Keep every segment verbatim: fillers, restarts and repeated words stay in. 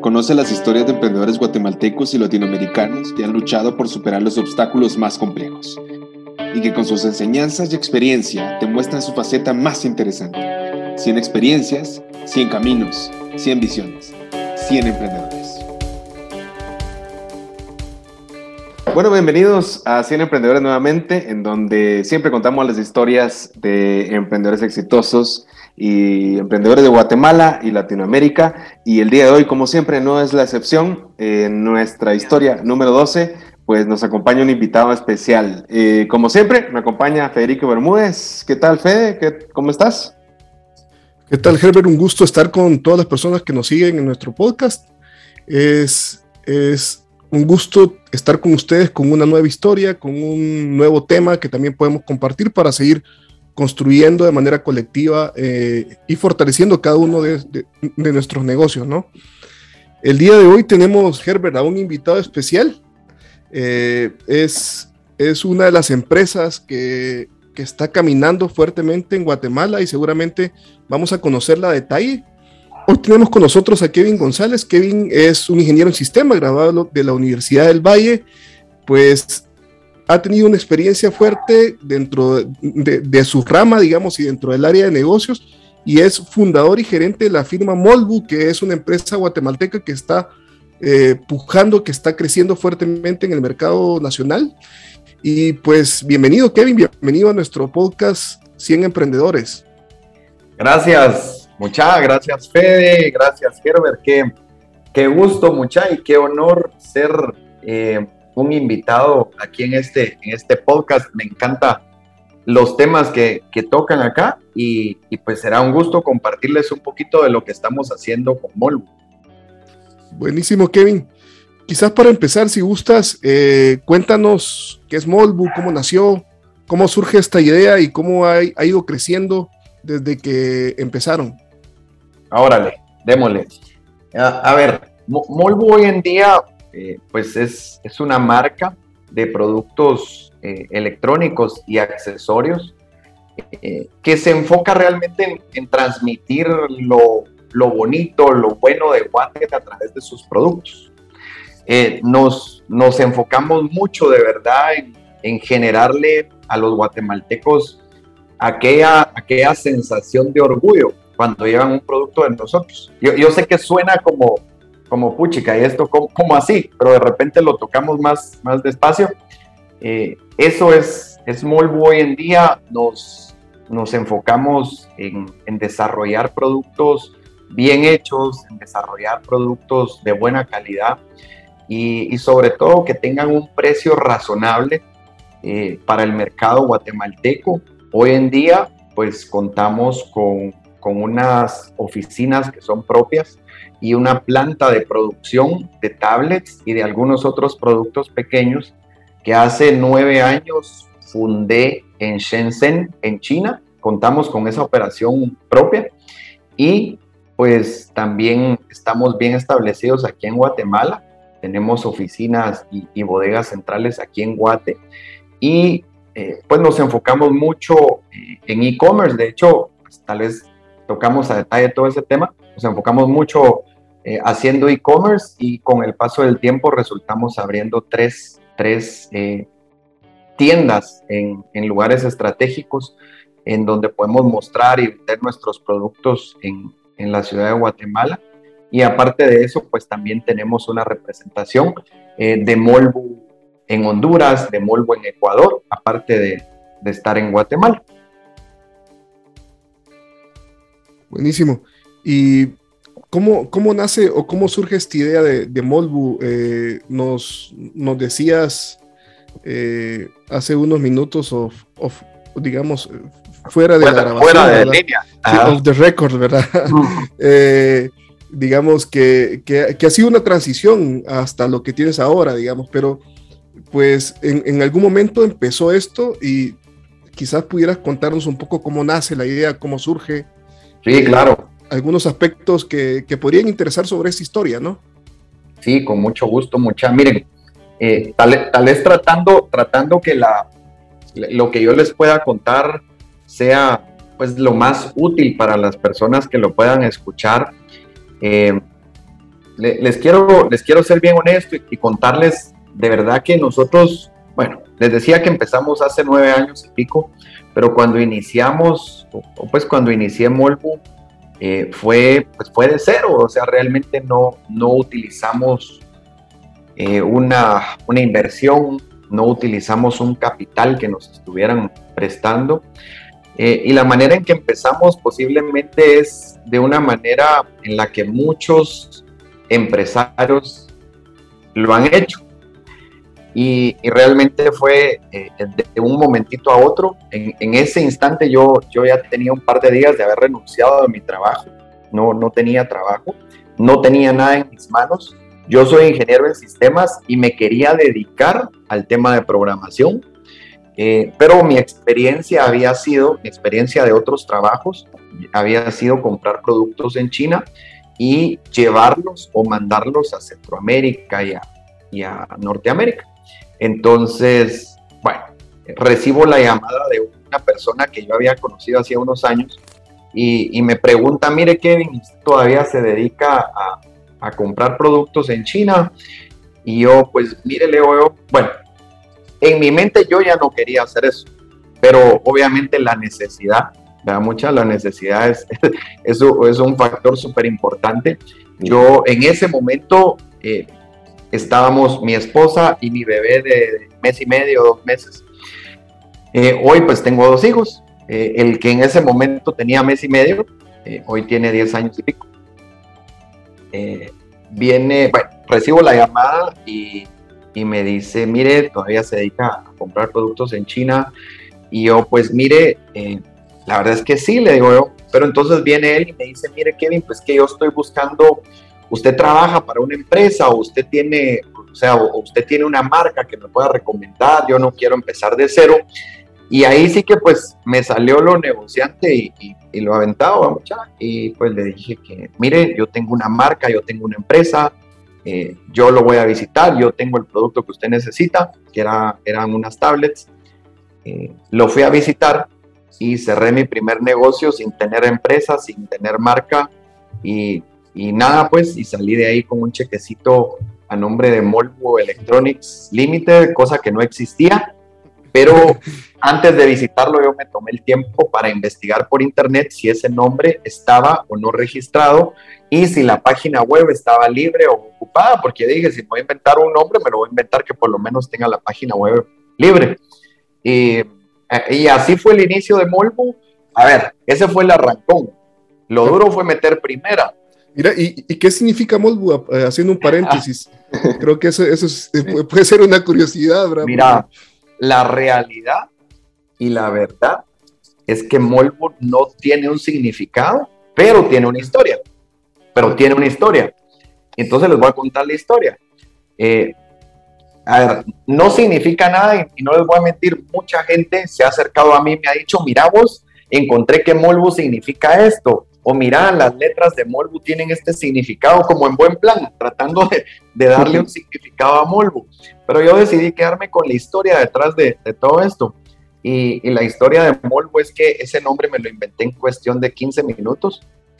Conoce las historias de emprendedores guatemaltecos y latinoamericanos que han luchado por superar los obstáculos más complejos y que con sus enseñanzas y experiencia te muestran su faceta más interesante. cien experiencias, cien caminos, cien visiones, cien emprendedores. Bueno, bienvenidos a cien Emprendedores nuevamente, en donde siempre contamos las historias de emprendedores exitosos y emprendedores de Guatemala y Latinoamérica. Y el día de hoy, como siempre, no es la excepción. En nuestra historia número doce, pues nos acompaña un invitado especial. Eh, como siempre, me acompaña Federico Bermúdez. ¿Qué tal, Fede? ¿Qué, ¿Cómo estás? ¿Qué tal, Herbert? Un gusto estar con todas las personas que nos siguen en nuestro podcast. Es, es un gusto estar con ustedes con una nueva historia, con un nuevo tema que también podemos compartir para seguir construyendo de manera colectiva eh, y fortaleciendo cada uno de, de, de nuestros negocios, ¿no? El día de hoy tenemos, Herbert, a un invitado especial. Eh, es, es una de las empresas que, que está caminando fuertemente en Guatemala y seguramente vamos a conocerla a detalle. Hoy tenemos con nosotros a Kevin González. Kevin es un ingeniero en sistemas graduado de la Universidad del Valle, pues ha tenido una experiencia fuerte dentro de, de, de su rama, digamos, y dentro del área de negocios, y es fundador y gerente de la firma Molbu, que es una empresa guatemalteca que está eh, pujando, que está creciendo fuertemente en el mercado nacional. Y pues bienvenido, Kevin, bienvenido a nuestro podcast cien Emprendedores. Gracias. Muchas gracias, Fede, gracias, Herbert, qué, qué gusto, mucha, y qué honor ser eh, un invitado aquí en este, en este podcast. Me encantan los temas que, que tocan acá y, y pues será un gusto compartirles un poquito de lo que estamos haciendo con Molbu. Buenísimo, Kevin. Quizás para empezar, si gustas, eh, cuéntanos qué es Molbu, cómo nació, cómo surge esta idea y cómo ha, ha ido creciendo desde que empezaron. Órale, démosle. A, a ver, Molbu hoy en día eh, pues es, es una marca de productos eh, electrónicos y accesorios eh, que se enfoca realmente en, en transmitir lo, lo bonito, lo bueno de Guate a través de sus productos. Eh, nos, nos enfocamos mucho de verdad en, en generarle a los guatemaltecos aquella, aquella sensación de orgullo cuando llevan un producto de nosotros. Yo, yo sé que suena como, como puchica, y esto como, como así, pero de repente lo tocamos más, más despacio. Eh, eso es, es Molbu hoy en día. Nos, nos enfocamos en, en desarrollar productos bien hechos, en desarrollar productos de buena calidad y, y sobre todo que tengan un precio razonable eh, para el mercado guatemalteco. Hoy en día, pues contamos con con unas oficinas que son propias y una planta de producción de tablets y de algunos otros productos pequeños que hace nueve años fundé en Shenzhen, en China. Contamos con esa operación propia y pues también estamos bien establecidos aquí en Guatemala. Tenemos oficinas y, y bodegas centrales aquí en Guate y eh, pues nos enfocamos mucho eh, en e-commerce. De hecho, pues, tal vez tocamos a detalle todo ese tema, nos enfocamos mucho eh, haciendo e-commerce y con el paso del tiempo resultamos abriendo tres, tres eh, tiendas en, en lugares estratégicos en donde podemos mostrar y vender nuestros productos en, en la ciudad de Guatemala. Y aparte de eso, pues también tenemos una representación eh, de Molbu en Honduras, de Molbu en Ecuador, aparte de, de estar en Guatemala. Buenísimo. ¿Y cómo, cómo nace o cómo surge esta idea de, de Molbu? Eh, nos, nos decías eh, hace unos minutos, of, of, digamos, fuera de fuera, la grabación. Fuera de ¿verdad? línea. Sí, off the record, ¿verdad? Uh-huh. eh, digamos que, que, que ha sido una transición hasta lo que tienes ahora, digamos, pero pues en, en algún momento empezó esto y quizás pudieras contarnos un poco cómo nace la idea, cómo surge. Sí, claro. Eh, algunos aspectos que, que podrían interesar sobre esta historia, ¿no? Sí, con mucho gusto, mucha. Miren, eh, tal, tal vez tratando, tratando que la, lo que yo les pueda contar sea pues lo más útil para las personas que lo puedan escuchar. Eh, le, les, quiero, les quiero ser bien honesto y, y contarles de verdad que nosotros, bueno, les decía que empezamos hace nueve años y pico, pero cuando iniciamos, o, o pues cuando inicié Molbu, eh, fue, pues fue de cero, o sea, realmente no, no utilizamos eh, una, una inversión, no utilizamos un capital que nos estuvieran prestando. Eh, y la manera en que empezamos posiblemente es de una manera en la que muchos empresarios lo han hecho. Y, y realmente fue eh, de, de un momentito a otro. En, en ese instante yo, yo ya tenía un par de días de haber renunciado de mi trabajo. No, no tenía trabajo, no tenía nada en mis manos. Yo soy ingeniero en sistemas y me quería dedicar al tema de programación. Eh, pero mi experiencia había sido, mi experiencia de otros trabajos, había sido comprar productos en China y llevarlos o mandarlos a Centroamérica y a, y a Norteamérica. Entonces, bueno, recibo la llamada de una persona que yo había conocido hacía unos años y, y me pregunta, mire Kevin, ¿todavía se dedica a, a comprar productos en China? Y yo, pues, mire, Leo, bueno, en mi mente yo ya no quería hacer eso, pero obviamente la necesidad, ¿verdad? Mucha la necesidad es, eso es un factor súper importante. Yo en ese momento eh, estábamos mi esposa y mi bebé de mes y medio, dos meses. Eh, hoy pues tengo dos hijos, eh, el que en ese momento tenía mes y medio, eh, hoy tiene diez años y pico. Eh, viene, bueno, recibo la llamada y y me dice, mire, todavía se dedica a comprar productos en China. Y yo, pues mire, eh, la verdad es que sí, le digo yo, pero entonces viene él y me dice, mire Kevin, pues que yo estoy buscando, usted trabaja para una empresa o usted tiene, o sea, o usted tiene una marca que me pueda recomendar, yo no quiero empezar de cero. Y ahí sí que pues me salió lo negociante y, y, y lo aventado, mucha, y pues le dije que, mire, yo tengo una marca, yo tengo una empresa, Eh, yo lo voy a visitar, yo tengo el producto que usted necesita, que era, eran unas tablets, eh, lo fui a visitar y cerré mi primer negocio sin tener empresa, sin tener marca y, y nada pues, y salí de ahí con un chequecito a nombre de Molbu Electronics Limited, cosa que no existía, pero antes de visitarlo yo me tomé el tiempo para investigar por internet si ese nombre estaba o no registrado y si la página web estaba libre o ocupada, porque dije, si me voy a inventar un nombre, me lo voy a inventar que por lo menos tenga la página web libre. Y, y así fue el inicio de Molbu. A ver, ese fue el arrancón. Lo duro fue meter primera. Mira, ¿y, y qué significa Molbu? Haciendo un paréntesis. Creo que eso, eso es, puede ser una curiosidad, ¿verdad? Mira, la realidad y la verdad es que Molbu no tiene un significado, pero tiene una historia. Pero tiene una historia. Entonces les voy a contar la historia. Eh, a ver, no significa nada y, y no les voy a mentir, mucha gente se ha acercado a mí y me ha dicho, mira vos, encontré que Molbu significa esto, o mira, las letras de Molbu tienen este significado, como en buen plan, tratando de, de darle un significado a Molbu. Pero yo decidí quedarme con la historia detrás de, de todo esto. Y, y la historia de Molbu es que ese nombre me lo inventé en cuestión de quince minutos.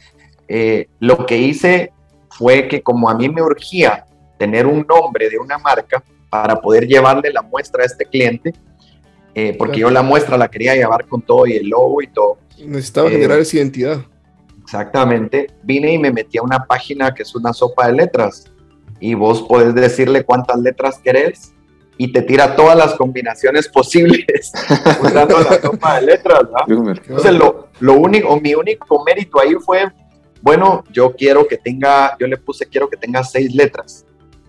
Eh, lo que hice fue que como a mí me urgía tener un nombre de una marca para poder llevarle la muestra a este cliente, eh, porque yo la muestra la quería llevar con todo y el logo y todo. Necesitaba eh, generar esa identidad. Exactamente. Vine y me metí a una página que es una sopa de letras y vos podés decirle cuántas letras querés y te tira todas las combinaciones posibles usando la sopa de letras, ¿no? Entonces lo, lo único, mi único mérito ahí fue, bueno, yo quiero que tenga, yo le puse quiero que tenga seis letras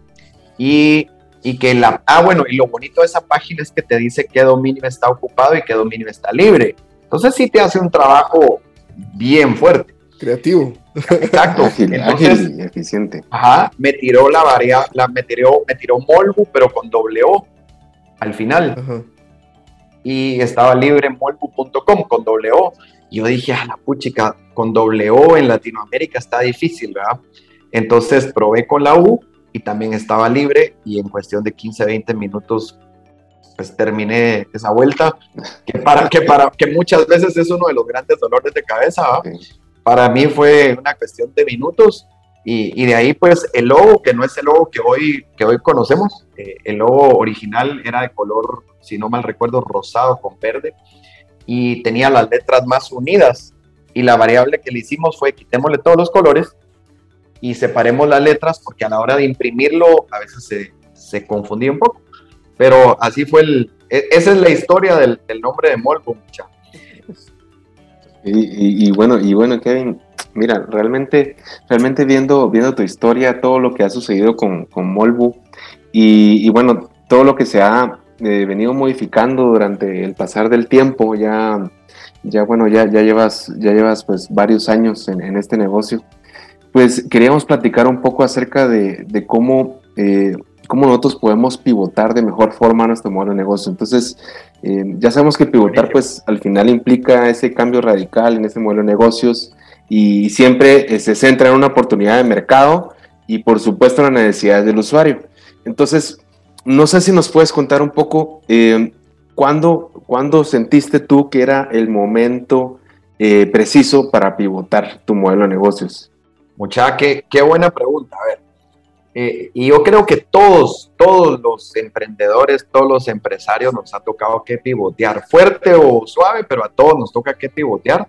y, y que la, ah bueno, y lo bonito de esa página es que te dice qué dominio está ocupado y qué dominio está libre. Entonces sí te hace un trabajo bien fuerte. Creativo. Exacto. Ágil, Entonces, ágil y eficiente. Ajá, me tiró la variable, la, me tiró, me tiró Molbu, pero con doble O al final. Ajá. Y estaba libre en molbu punto com con doble O. Y yo dije, a la puchica, con doble O en Latinoamérica está difícil, ¿verdad? Entonces probé con la U y también estaba libre y en cuestión de quince, veinte minutos pues terminé esa vuelta, que, para, que, para, que muchas veces es uno de los grandes dolores de cabeza, ¿verdad? Sí. Para mí fue una cuestión de minutos Y, y de ahí pues el logo, que no es el logo que hoy, que hoy conocemos, eh, el logo original era de color, si no mal recuerdo, rosado con verde, y tenía las letras más unidas, y la variable que le hicimos fue quitémosle todos los colores y separemos las letras, porque a la hora de imprimirlo a veces se, se confundía un poco, pero así fue el, esa es la historia del, del nombre de Molbu, muchachos. Y, y, y bueno, y bueno, Kevin, mira, realmente, realmente viendo, viendo tu historia, todo lo que ha sucedido con, con Molbu, y, y bueno, todo lo que se ha eh, venido modificando durante el pasar del tiempo, ya, ya bueno, ya, ya llevas, ya llevas pues varios años en, en este negocio. Pues queríamos platicar un poco acerca de, de cómo, eh, cómo nosotros podemos pivotar de mejor forma nuestro modelo de negocio. Entonces, eh, ya sabemos que pivotar pues al final implica ese cambio radical en ese modelo de negocios y siempre eh, se centra en una oportunidad de mercado y por supuesto en las necesidades del usuario. Entonces, no sé si nos puedes contar un poco eh, ¿cuándo, ¿cuándo sentiste tú que era el momento eh, preciso para pivotar tu modelo de negocios? Muchacha, qué, qué buena pregunta. A ver, eh, y yo creo que todos, todos los emprendedores, todos los empresarios nos ha tocado que pivotear, fuerte o suave, pero a todos nos toca que pivotear.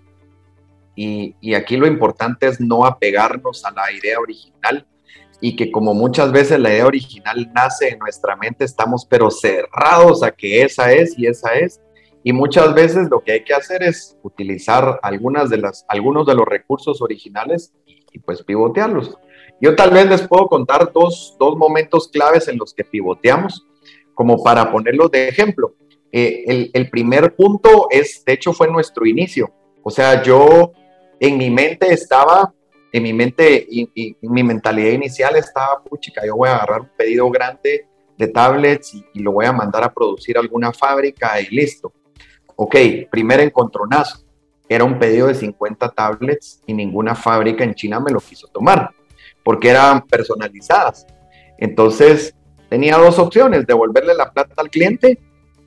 Y, y aquí lo importante es no apegarnos a la idea original y que como muchas veces la idea original nace en nuestra mente, estamos pero cerrados a que esa es y esa es. Y muchas veces lo que hay que hacer es utilizar algunas de las, algunos de los recursos originales y, y pues pivotearlos. Yo tal vez les puedo contar dos, dos momentos claves en los que pivoteamos, como para ponerlos de ejemplo. Eh, el, el primer punto es, de hecho, fue nuestro inicio. O sea, yo en mi mente estaba, en mi mente y, y en mi mentalidad inicial estaba, puchica, yo voy a agarrar un pedido grande de tablets y, y lo voy a mandar a producir a alguna fábrica y listo. Ok, primer encontronazo. Era un pedido de cincuenta tablets y ninguna fábrica en China me lo quiso tomar, porque eran personalizadas. Entonces, tenía dos opciones, devolverle la plata al cliente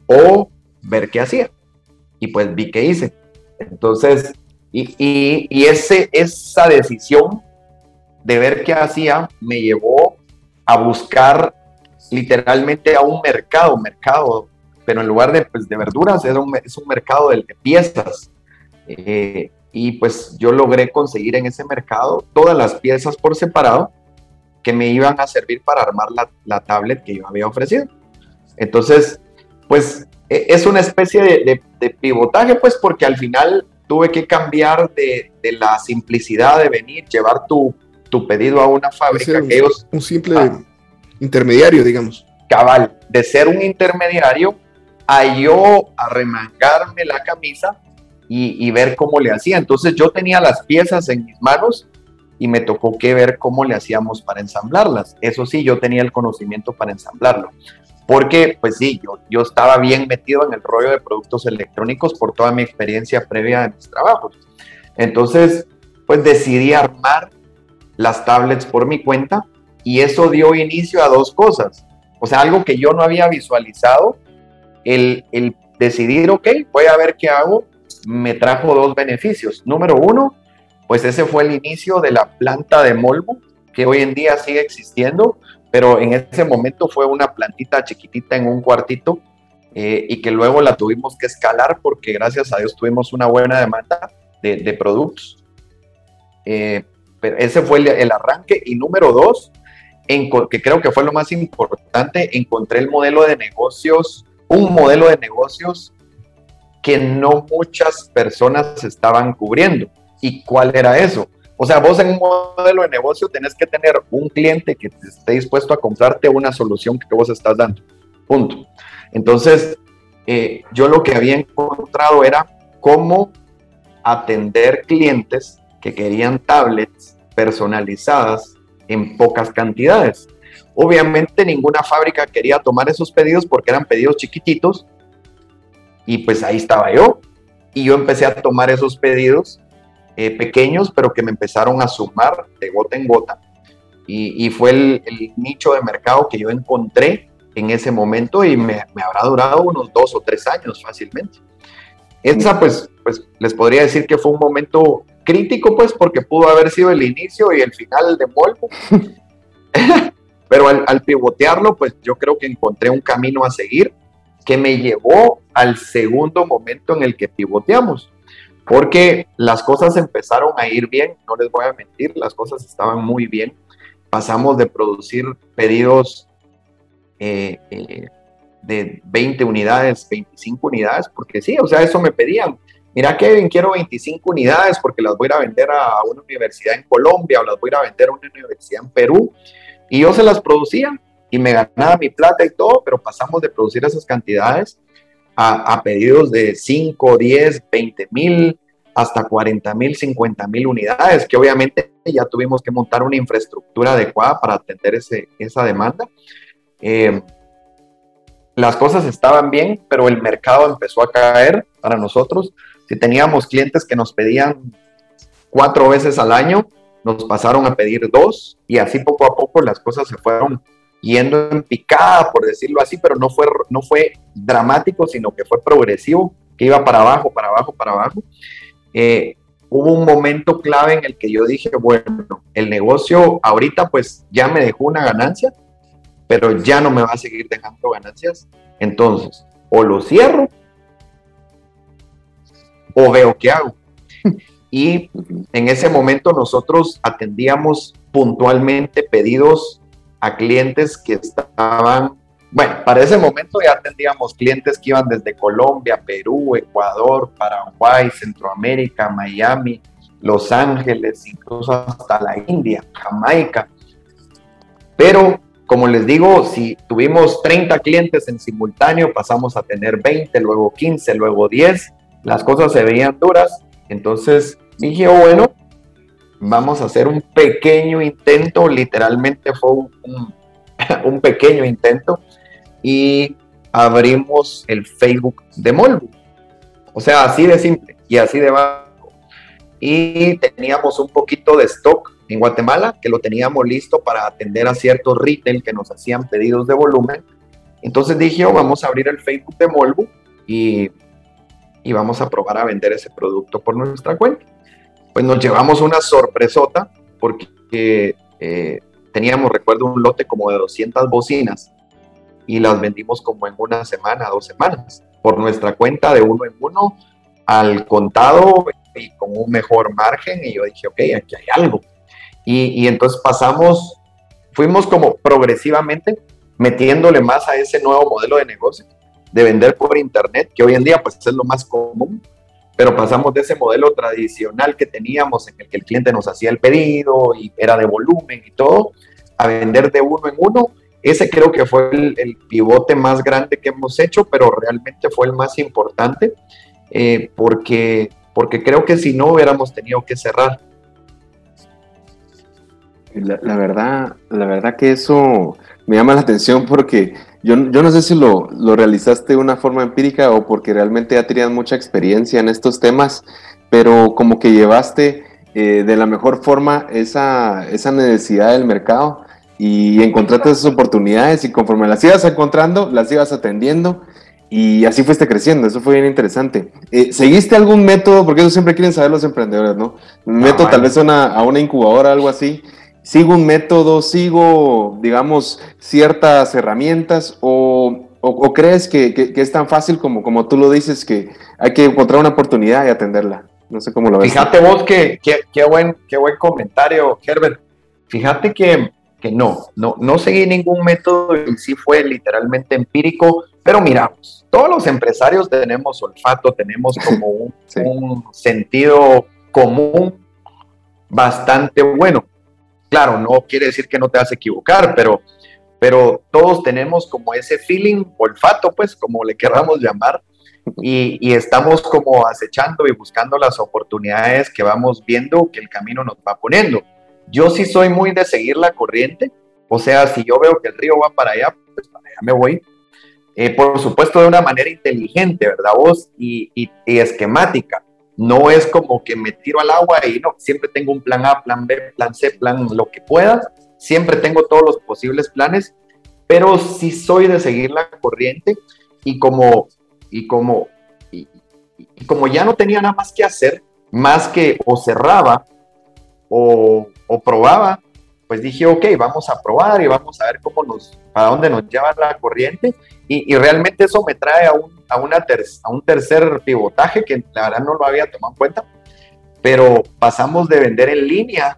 o ver qué hacía. Y pues vi qué hice. Entonces, y, y, y ese, esa decisión de ver qué hacía me llevó a buscar literalmente a un mercado, mercado, pero en lugar de, pues, de verduras, era un, es un mercado de, de piezas. Eh, y pues yo logré conseguir en ese mercado todas las piezas por separado que me iban a servir para armar la, la tablet que yo había ofrecido. Entonces, pues es una especie de, de, de pivotaje, pues porque al final tuve que cambiar de, de la simplicidad de venir, llevar tu, tu pedido a una fábrica. Un, que ellos, un simple ah, intermediario, digamos. Cabal, de ser un intermediario a yo arremangarme la camisa y, y ver cómo le hacía. Entonces yo tenía las piezas en mis manos y me tocó que ver cómo le hacíamos para ensamblarlas. Eso sí, yo tenía el conocimiento para ensamblarlo. Porque, pues sí, yo, yo estaba bien metido en el rollo de productos electrónicos por toda mi experiencia previa de mis trabajos. Entonces, pues decidí armar las tablets por mi cuenta y eso dio inicio a dos cosas. O sea, algo que yo no había visualizado, el, el decidir, ok, voy a ver qué hago, me trajo dos beneficios. Número uno, pues ese fue el inicio de la planta de Molbu, que hoy en día sigue existiendo, pero en ese momento fue una plantita chiquitita en un cuartito eh, y que luego la tuvimos que escalar porque gracias a Dios tuvimos una buena demanda de, de productos. Eh, pero ese fue el, el arranque. Y número dos, en, que creo que fue lo más importante, encontré el modelo de negocios, un modelo de negocios que no muchas personas estaban cubriendo. ¿Y cuál era eso? O sea, vos en un modelo de negocio tenés que tener un cliente que esté dispuesto a comprarte una solución que vos estás dando. Punto. Entonces, eh, yo lo que había encontrado era cómo atender clientes que querían tablets personalizadas en pocas cantidades. Obviamente ninguna fábrica quería tomar esos pedidos porque eran pedidos chiquititos y pues ahí estaba yo. Y yo empecé a tomar esos pedidos Eh, pequeños, pero que me empezaron a sumar de gota en gota y, y fue el, el nicho de mercado que yo encontré en ese momento y me, me habrá durado unos dos o tres años fácilmente. Esa pues, pues les podría decir que fue un momento crítico, pues, porque pudo haber sido el inicio y el final de Molbu. Pero al, al pivotearlo, pues yo creo que encontré un camino a seguir que me llevó al segundo momento en el que pivoteamos, porque las cosas empezaron a ir bien, no les voy a mentir, las cosas estaban muy bien. Pasamos de producir pedidos eh, eh, de veinte unidades, veinticinco unidades, porque sí, o sea, eso me pedían. Mira, Kevin, quiero veinticinco unidades porque las voy a ir a vender a una universidad en Colombia o las voy a ir a vender a una universidad en Perú. Y yo se las producía y me ganaba mi plata y todo, pero pasamos de producir esas cantidades a, a pedidos de cinco, diez, veinte mil, hasta cuarenta mil, cincuenta mil unidades, que obviamente ya tuvimos que montar una infraestructura adecuada para atender ese, esa demanda. Eh, las cosas estaban bien, pero el mercado empezó a caer para nosotros. Si teníamos clientes que nos pedían cuatro veces al año, nos pasaron a pedir dos, y así poco a poco las cosas se fueron yendo en picada, por decirlo así, pero no fue, no fue dramático, sino que fue progresivo, que iba para abajo, para abajo, para abajo. Eh, hubo un momento clave en el que yo dije, bueno, el negocio ahorita pues ya me dejó una ganancia, pero ya no me va a seguir dejando ganancias, entonces o lo cierro o veo qué hago. Y en ese momento nosotros atendíamos puntualmente pedidos a clientes que estaban, bueno, para ese momento ya atendíamos clientes que iban desde Colombia, Perú, Ecuador, Paraguay, Centroamérica, Miami, Los Ángeles, incluso hasta la India, Jamaica. Pero, como les digo, si tuvimos treinta clientes en simultáneo, pasamos a tener veinte, luego quince, luego diez, las cosas se veían duras. Entonces dije, oh, bueno, vamos a hacer un pequeño intento, literalmente fue un, un, un pequeño intento, y abrimos el Facebook de Molbu. O sea, así de simple y así de bajo. Y teníamos un poquito de stock en Guatemala, que lo teníamos listo para atender a ciertos retail que nos hacían pedidos de volumen. Entonces dije, oh, vamos a abrir el Facebook de Molbu y... y vamos a probar a vender ese producto por nuestra cuenta. Pues nos llevamos una sorpresota porque eh, teníamos, recuerdo, un lote como de doscientas bocinas y las vendimos como en una semana, dos semanas, por nuestra cuenta de uno en uno, al contado y con un mejor margen. Y yo dije, ok, aquí hay algo. Y, y entonces pasamos, fuimos como progresivamente metiéndole más a ese nuevo modelo de negocio, de vender por internet, que hoy en día pues es lo más común, pero pasamos de ese modelo tradicional que teníamos en el que el cliente nos hacía el pedido y era de volumen y todo, a vender de uno en uno. Ese creo que fue el, el pivote más grande que hemos hecho, pero realmente fue el más importante, eh, porque, porque creo que si no hubiéramos tenido que cerrar. La, la verdad, la verdad que eso me llama la atención porque yo, yo no sé si lo, lo realizaste de una forma empírica o porque realmente ya tenías mucha experiencia en estos temas, pero como que llevaste eh, de la mejor forma esa, esa necesidad del mercado y encontraste esas oportunidades, y conforme las ibas encontrando, las ibas atendiendo y así fuiste creciendo. Eso fue bien interesante. Eh, ¿Seguiste algún método? Porque eso siempre quieren saber los emprendedores, ¿no? Un método, ah, tal vez a una, a una incubadora, algo así. ¿Sigo un método, sigo, digamos, ciertas herramientas o, o, o crees que, que, que es tan fácil como, como tú lo dices, que hay que encontrar una oportunidad y atenderla? No sé cómo lo ves. Fíjate vos que, que, que, buen, qué buen comentario, Herbert. Fíjate que, que no, no, no seguí ningún método y sí fue literalmente empírico, pero miramos, todos los empresarios tenemos olfato, tenemos como un, sí. un sentido común bastante bueno. Claro, no quiere decir que no te vas a equivocar, pero, pero todos tenemos como ese feeling, olfato, pues, como le queramos llamar, y, y estamos como acechando y buscando las oportunidades que vamos viendo que el camino nos va poniendo. Yo sí soy muy de seguir la corriente, o sea, si yo veo que el río va para allá, pues para allá me voy. Eh, por supuesto, de una manera inteligente, ¿verdad vos? Y, y, y esquemática. No es como que me tiro al agua y no, siempre tengo un plan A, plan B, plan C, plan lo que pueda. Siempre tengo todos los posibles planes, pero sí soy de seguir la corriente y como, y como, y, y como ya no tenía nada más que hacer, más que o cerraba o, o probaba, pues dije, ok, vamos a probar y vamos a ver cómo nos, a dónde nos lleva la corriente, y, y realmente eso me trae a un, a, una ter, a un tercer pivotaje que la verdad no lo había tomado en cuenta, pero pasamos de vender en línea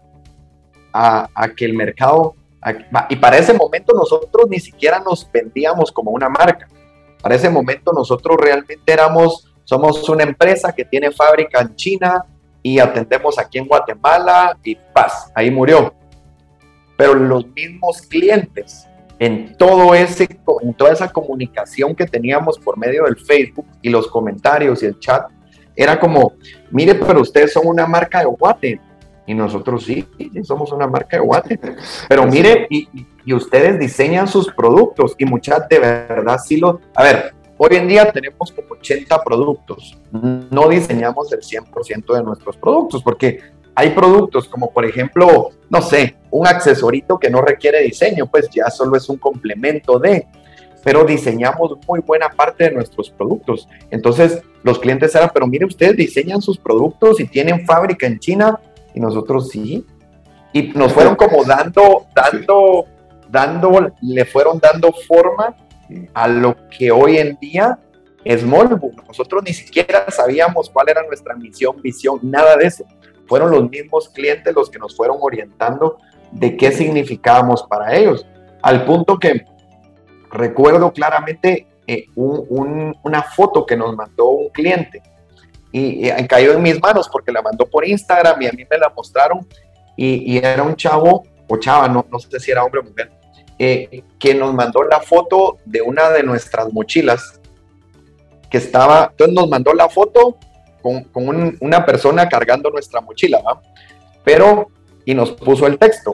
a, a que el mercado, a, y para ese momento nosotros ni siquiera nos vendíamos como una marca, para ese momento nosotros realmente éramos, somos una empresa que tiene fábrica en China y atendemos aquí en Guatemala y paz, ahí murió. Pero los mismos clientes, en, todo ese, en toda esa comunicación que teníamos por medio del Facebook y los comentarios y el chat, era como, mire, pero ustedes son una marca de guate. Y nosotros sí, sí somos una marca de guate. Pero mire, y, y ustedes diseñan sus productos, y muchas de verdad sí lo... A ver, hoy en día tenemos como ochenta productos. No diseñamos el cien por ciento de nuestros productos, porque hay productos como, por ejemplo, no sé, un accesorito que no requiere diseño, pues ya solo es un complemento de, pero diseñamos muy buena parte de nuestros productos. Entonces, los clientes eran, pero mire, ustedes diseñan sus productos y tienen fábrica en China, y nosotros sí. Y nos fueron como dando, dando, dando, le fueron dando forma a lo que hoy en día es Molbu. Nosotros ni siquiera sabíamos cuál era nuestra misión, visión, nada de eso. Fueron los mismos clientes los que nos fueron orientando de qué significábamos para ellos, al punto que recuerdo claramente eh, un, un, una foto que nos mandó un cliente y, y cayó en mis manos porque la mandó por Instagram y a mí me la mostraron, y, y era un chavo o chava, no, no sé si era hombre o mujer, eh, que nos mandó la foto de una de nuestras mochilas que estaba, entonces nos mandó la foto con, con un, una persona cargando nuestra mochila, ¿va? Pero, y nos puso el texto.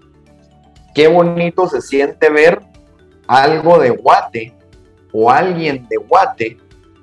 Qué bonito se siente ver algo de Guate o alguien de Guate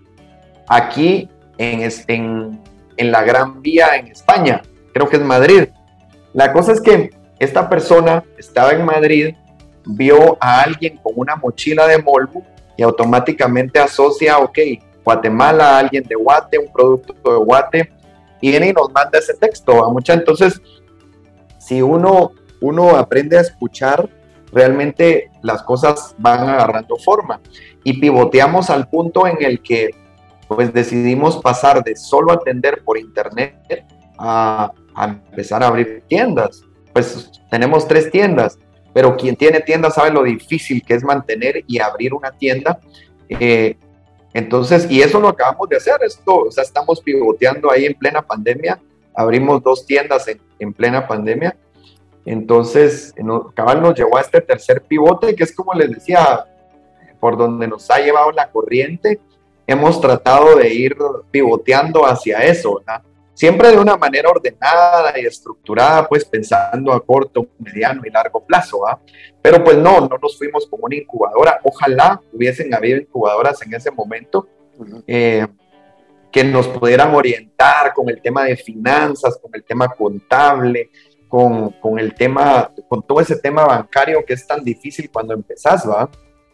aquí en, en, en la Gran Vía en España, creo que es Madrid. La cosa es que esta persona estaba en Madrid, vio a alguien con una mochila de Molbu y automáticamente asocia, ok, Guatemala, alguien de Guate, un producto de Guate, y viene y nos manda ese texto a mucha. Entonces, si uno, uno aprende a escuchar, realmente las cosas van agarrando forma, y pivoteamos al punto en el que pues decidimos pasar de solo atender por internet a, a empezar a abrir tiendas. Pues tenemos tres tiendas, pero quien tiene tienda sabe lo difícil que es mantener y abrir una tienda. Eh, entonces, y eso lo acabamos de hacer, esto, o sea, estamos pivoteando ahí en plena pandemia, abrimos dos tiendas en, en plena pandemia. Entonces, no, cabal nos llevó a este tercer pivote, que es como les decía, por donde nos ha llevado la corriente. Hemos tratado de ir pivoteando hacia eso, ¿verdad? Siempre de una manera ordenada y estructurada, pues pensando a corto, mediano y largo plazo, ¿verdad? Pero pues no, no nos fuimos como una incubadora. Ojalá hubiesen habido incubadoras en ese momento, uh-huh. eh, que nos pudieran orientar con el tema de finanzas, con el tema contable, Con, con el tema, con todo ese tema bancario que es tan difícil cuando empezás, ¿va?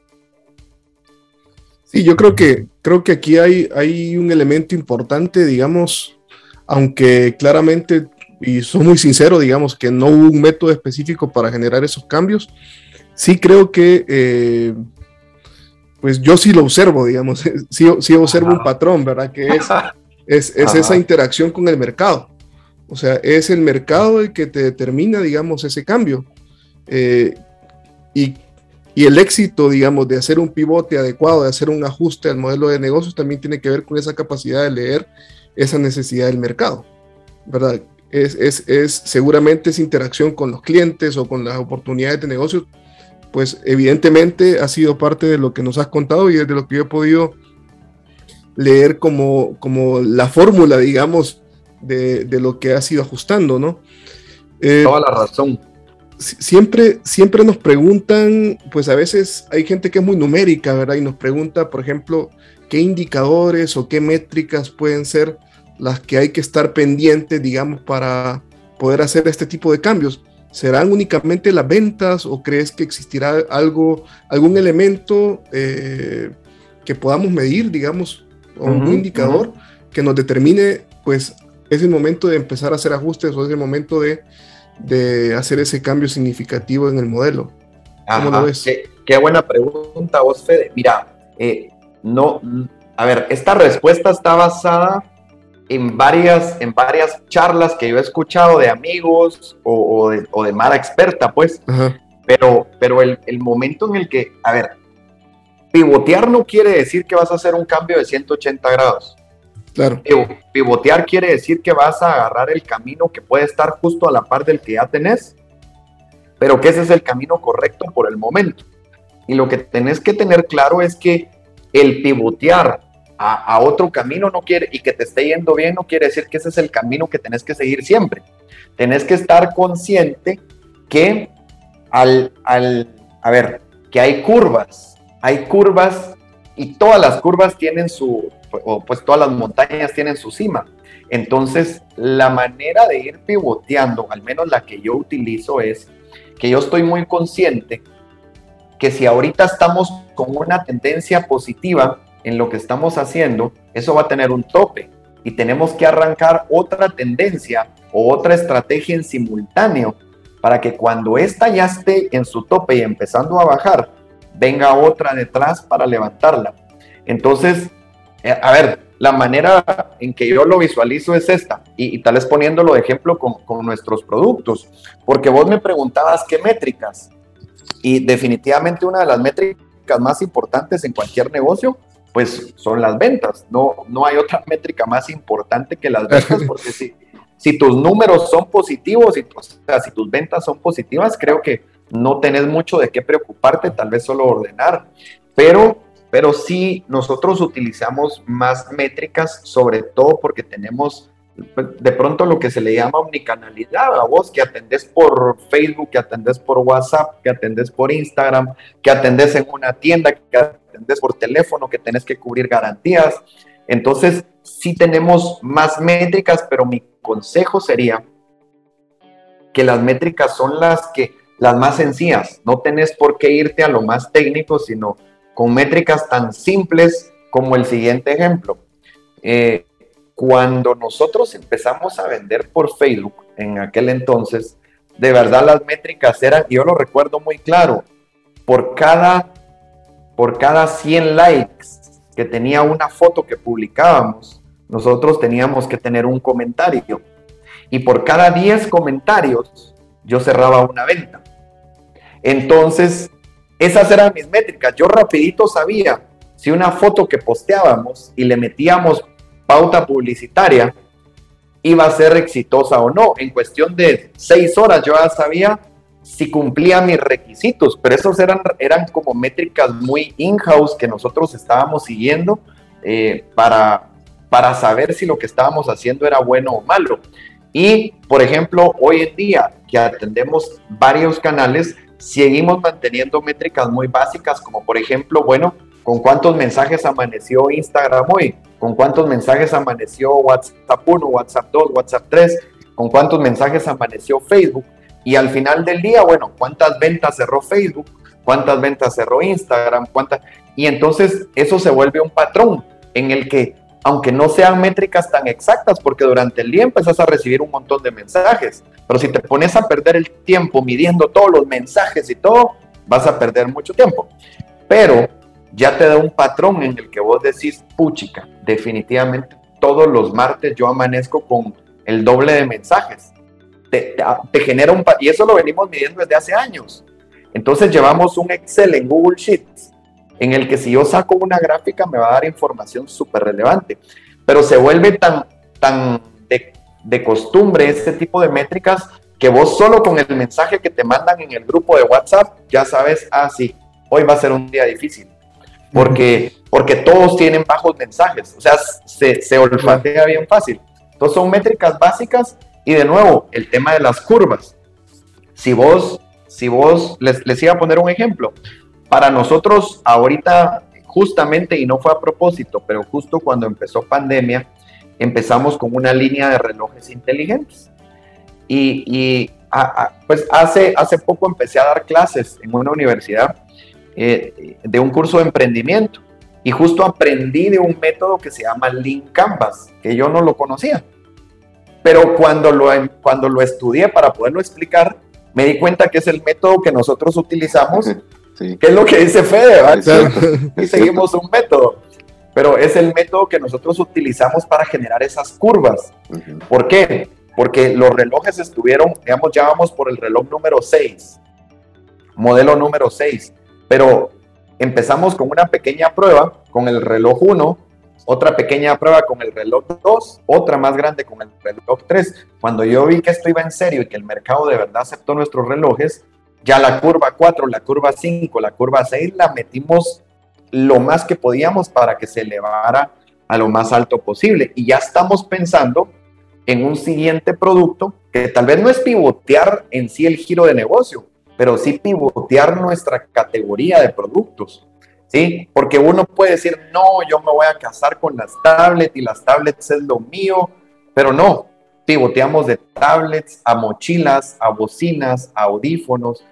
Sí, yo creo que, creo que aquí hay, hay un elemento importante, digamos, aunque claramente, y soy muy sincero, digamos, que no hubo un método específico para generar esos cambios, sí creo que, eh, pues yo sí lo observo, digamos, sí, sí observo Ajá. un patrón, ¿verdad? Que es, es, es esa interacción con el mercado. O sea, es el mercado el que te determina, digamos, ese cambio. Eh, y, y el éxito, digamos, de hacer un pivote adecuado, de hacer un ajuste al modelo de negocios, también tiene que ver con esa capacidad de leer esa necesidad del mercado, ¿verdad? Es, es, es seguramente esa interacción con los clientes o con las oportunidades de negocios, pues evidentemente ha sido parte de lo que nos has contado y es de lo que yo he podido leer como, como la fórmula, digamos, De, de lo que ha sido ajustando, ¿no? Eh, Toda la razón. Siempre, siempre nos preguntan, pues a veces hay gente que es muy numérica, ¿verdad? Y nos pregunta, por ejemplo, qué indicadores o qué métricas pueden ser las que hay que estar pendientes, digamos, para poder hacer este tipo de cambios. ¿Serán únicamente las ventas o crees que existirá algo, algún elemento eh, que podamos medir, digamos, o uh-huh, un indicador uh-huh. que nos determine, pues, es el momento de empezar a hacer ajustes o es el momento de, de hacer ese cambio significativo en el modelo. ¿Cómo Ajá, lo ves? Qué, qué buena pregunta vos, Fede. Mira, eh, no, a ver, esta respuesta está basada en varias, en varias charlas que yo he escuchado de amigos o, o, de, o de mala experta, pues. Ajá. Pero, pero el, el momento en el que, a ver, pivotear no quiere decir que vas a hacer un cambio de ciento ochenta grados. Claro. Pivotear quiere decir que vas a agarrar el camino que puede estar justo a la par del que ya tenés, pero que ese es el camino correcto por el momento. Y lo que tenés que tener claro es que el pivotear a, a otro camino no quiere, y que te esté yendo bien, no quiere decir que ese es el camino que tenés que seguir siempre. Tenés que estar consciente que al, al, a ver, que hay curvas, hay curvas y todas las curvas tienen su, o pues todas las montañas tienen su cima. Entonces, la manera de ir pivoteando, al menos la que yo utilizo, es que yo estoy muy consciente que si ahorita estamos con una tendencia positiva en lo que estamos haciendo, eso va a tener un tope y tenemos que arrancar otra tendencia o otra estrategia en simultáneo para que cuando esta ya esté en su tope y empezando a bajar, venga otra detrás para levantarla. Entonces, a ver, la manera en que yo lo visualizo es esta, y, y tal vez poniéndolo de ejemplo con, con nuestros productos, porque vos me preguntabas qué métricas, y definitivamente una de las métricas más importantes en cualquier negocio, pues son las ventas. No, no hay otra métrica más importante que las ventas, porque si, si tus números son positivos, y, o sea, si tus ventas son positivas, creo que no tenés mucho de qué preocuparte, tal vez solo ordenar, pero, pero sí nosotros utilizamos más métricas, sobre todo porque tenemos de pronto lo que se le llama omnicanalidad, a vos que atendés por Facebook, que atendés por WhatsApp, que atendés por Instagram, que atendés en una tienda, que atendés por teléfono, que tenés que cubrir garantías. Entonces sí tenemos más métricas, pero mi consejo sería que las métricas son las que las más sencillas. No tenés por qué irte a lo más técnico, sino con métricas tan simples como el siguiente ejemplo. Eh, cuando nosotros empezamos a vender por Facebook, en aquel entonces, de verdad las métricas eran, yo lo recuerdo muy claro, por cada, por cada cien likes que tenía una foto que publicábamos, nosotros teníamos que tener un comentario. Y por cada diez comentarios, yo cerraba una venta. Entonces, esas eran mis métricas. Yo rapidito sabía si una foto que posteábamos y le metíamos pauta publicitaria iba a ser exitosa o no. En cuestión de seis horas yo ya sabía si cumplía mis requisitos, pero esos eran, eran como métricas muy in-house que nosotros estábamos siguiendo eh, para, para saber si lo que estábamos haciendo era bueno o malo. Y, por ejemplo, hoy en día que atendemos varios canales, seguimos manteniendo métricas muy básicas, como por ejemplo, bueno, ¿con cuántos mensajes amaneció Instagram hoy? ¿Con cuántos mensajes amaneció WhatsApp uno, WhatsApp dos, WhatsApp tres? ¿Con cuántos mensajes amaneció Facebook? Y al final del día, bueno, ¿cuántas ventas cerró Facebook? ¿Cuántas ventas cerró Instagram? ¿Cuántas? Y entonces eso se vuelve un patrón en el que, aunque no sean métricas tan exactas, porque durante el día empezás a recibir un montón de mensajes, pero si te pones a perder el tiempo midiendo todos los mensajes y todo, vas a perder mucho tiempo. Pero ya te da un patrón en el que vos decís, puchica, definitivamente todos los martes yo amanezco con el doble de mensajes. Te, te, te genera un, y eso lo venimos midiendo desde hace años. Entonces llevamos un Excel en Google Sheets en el que si yo saco una gráfica me va a dar información súper relevante, pero se vuelve tan, tan de, de costumbre este tipo de métricas que vos solo con el mensaje que te mandan en el grupo de WhatsApp ya sabes, ah sí, hoy va a ser un día difícil, porque, porque todos tienen bajos mensajes, o sea, se, se olfatea bien fácil. Entonces son métricas básicas. Y de nuevo, el tema de las curvas. Si vos, si vos les, les iba a poner un ejemplo, para nosotros ahorita, justamente, y no fue a propósito, pero justo cuando empezó pandemia, empezamos con una línea de relojes inteligentes. Y, y a, a, pues hace, hace poco empecé a dar clases en una universidad eh, de un curso de emprendimiento. Y justo aprendí de un método que se llama Lean Canvas, que yo no lo conocía. pero cuando lo, cuando lo estudié para poderlo explicar, me di cuenta que es el método que nosotros utilizamos, sí. que es lo que dice Fede, ¿verdad? Y seguimos un método, pero es el método que nosotros utilizamos para generar esas curvas. Uh-huh. ¿Por qué? Porque los relojes estuvieron, digamos, ya vamos por el reloj número seis, modelo número seis, pero empezamos con una pequeña prueba con el reloj uno, otra pequeña prueba con el reloj dos, otra más grande con el reloj tres. Cuando yo vi que esto iba en serio y que el mercado de verdad aceptó nuestros relojes, ya la curva cuatro, la curva cinco, la curva seis la metimos lo más que podíamos para que se elevara a lo más alto posible. Y ya estamos pensando en un siguiente producto que tal vez no es pivotear en sí el giro de negocio, pero sí pivotear nuestra categoría de productos, ¿sí? Porque uno puede decir, no, yo me voy a casar con las tablets y las tablets es lo mío, pero no, pivoteamos de tablets a mochilas, a bocinas, a audífonos,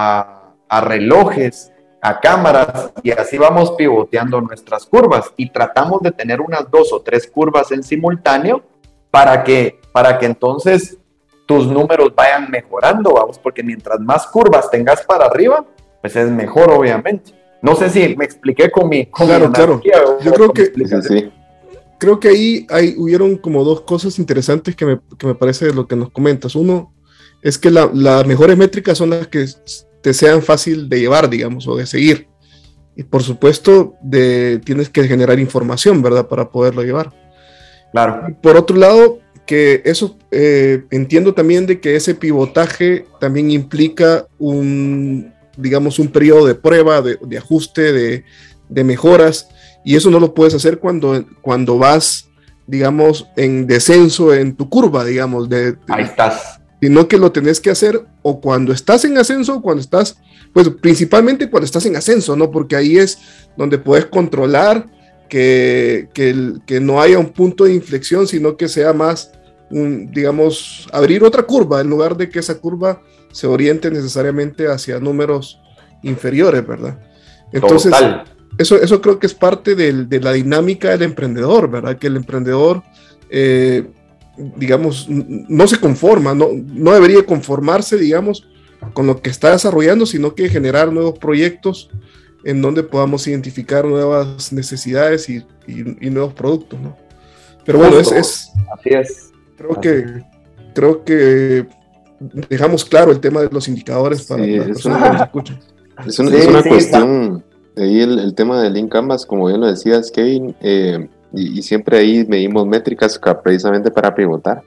a, a relojes, a cámaras, y así vamos pivoteando nuestras curvas y tratamos de tener unas dos o tres curvas en simultáneo para que, para que entonces tus números vayan mejorando, vamos, porque mientras más curvas tengas para arriba, pues es mejor, obviamente. No sé si me expliqué con mi... Con claro, mi claro. Yo creo que, sí, sí. creo que ahí hay, hubieron como dos cosas interesantes que me, que me parece de lo que nos comentas. Uno es que la, las mejores métricas son las que te sean fácil de llevar, digamos, o de seguir. Y por supuesto, de, tienes que generar información, ¿verdad?, para poderlo llevar. Claro. Por otro lado, que eso, eh, entiendo también de que ese pivotaje también implica un, digamos, un periodo de prueba, de, de ajuste, de, de mejoras, y eso no lo puedes hacer cuando, cuando vas, digamos, en descenso en tu curva, digamos. De, de, Ahí estás. Sino que lo tenés que hacer o cuando estás en ascenso o cuando estás, pues principalmente cuando estás en ascenso, ¿no? Porque ahí es donde puedes controlar que, que, el, que no haya un punto de inflexión, sino que sea más, un, digamos, abrir otra curva en lugar de que esa curva se oriente necesariamente hacia números inferiores, ¿verdad? Entonces, eso, eso creo que es parte del, de la dinámica del emprendedor, ¿verdad? Que el emprendedor, eh, digamos, no se conforma, no, no debería conformarse, digamos, con lo que está desarrollando, sino que generar nuevos proyectos en donde podamos identificar nuevas necesidades y, y, y nuevos productos, ¿no? Pero bueno, es, es, así es. Creo Así que, es. creo que dejamos claro el tema de los indicadores para sí, las personas una, que nos escuchan. Es una, sí, es una sí, cuestión, de ahí el, el tema de Lean Canvas, como bien lo decías, Kevin, eh, y, y siempre ahí medimos métricas precisamente para pivotar.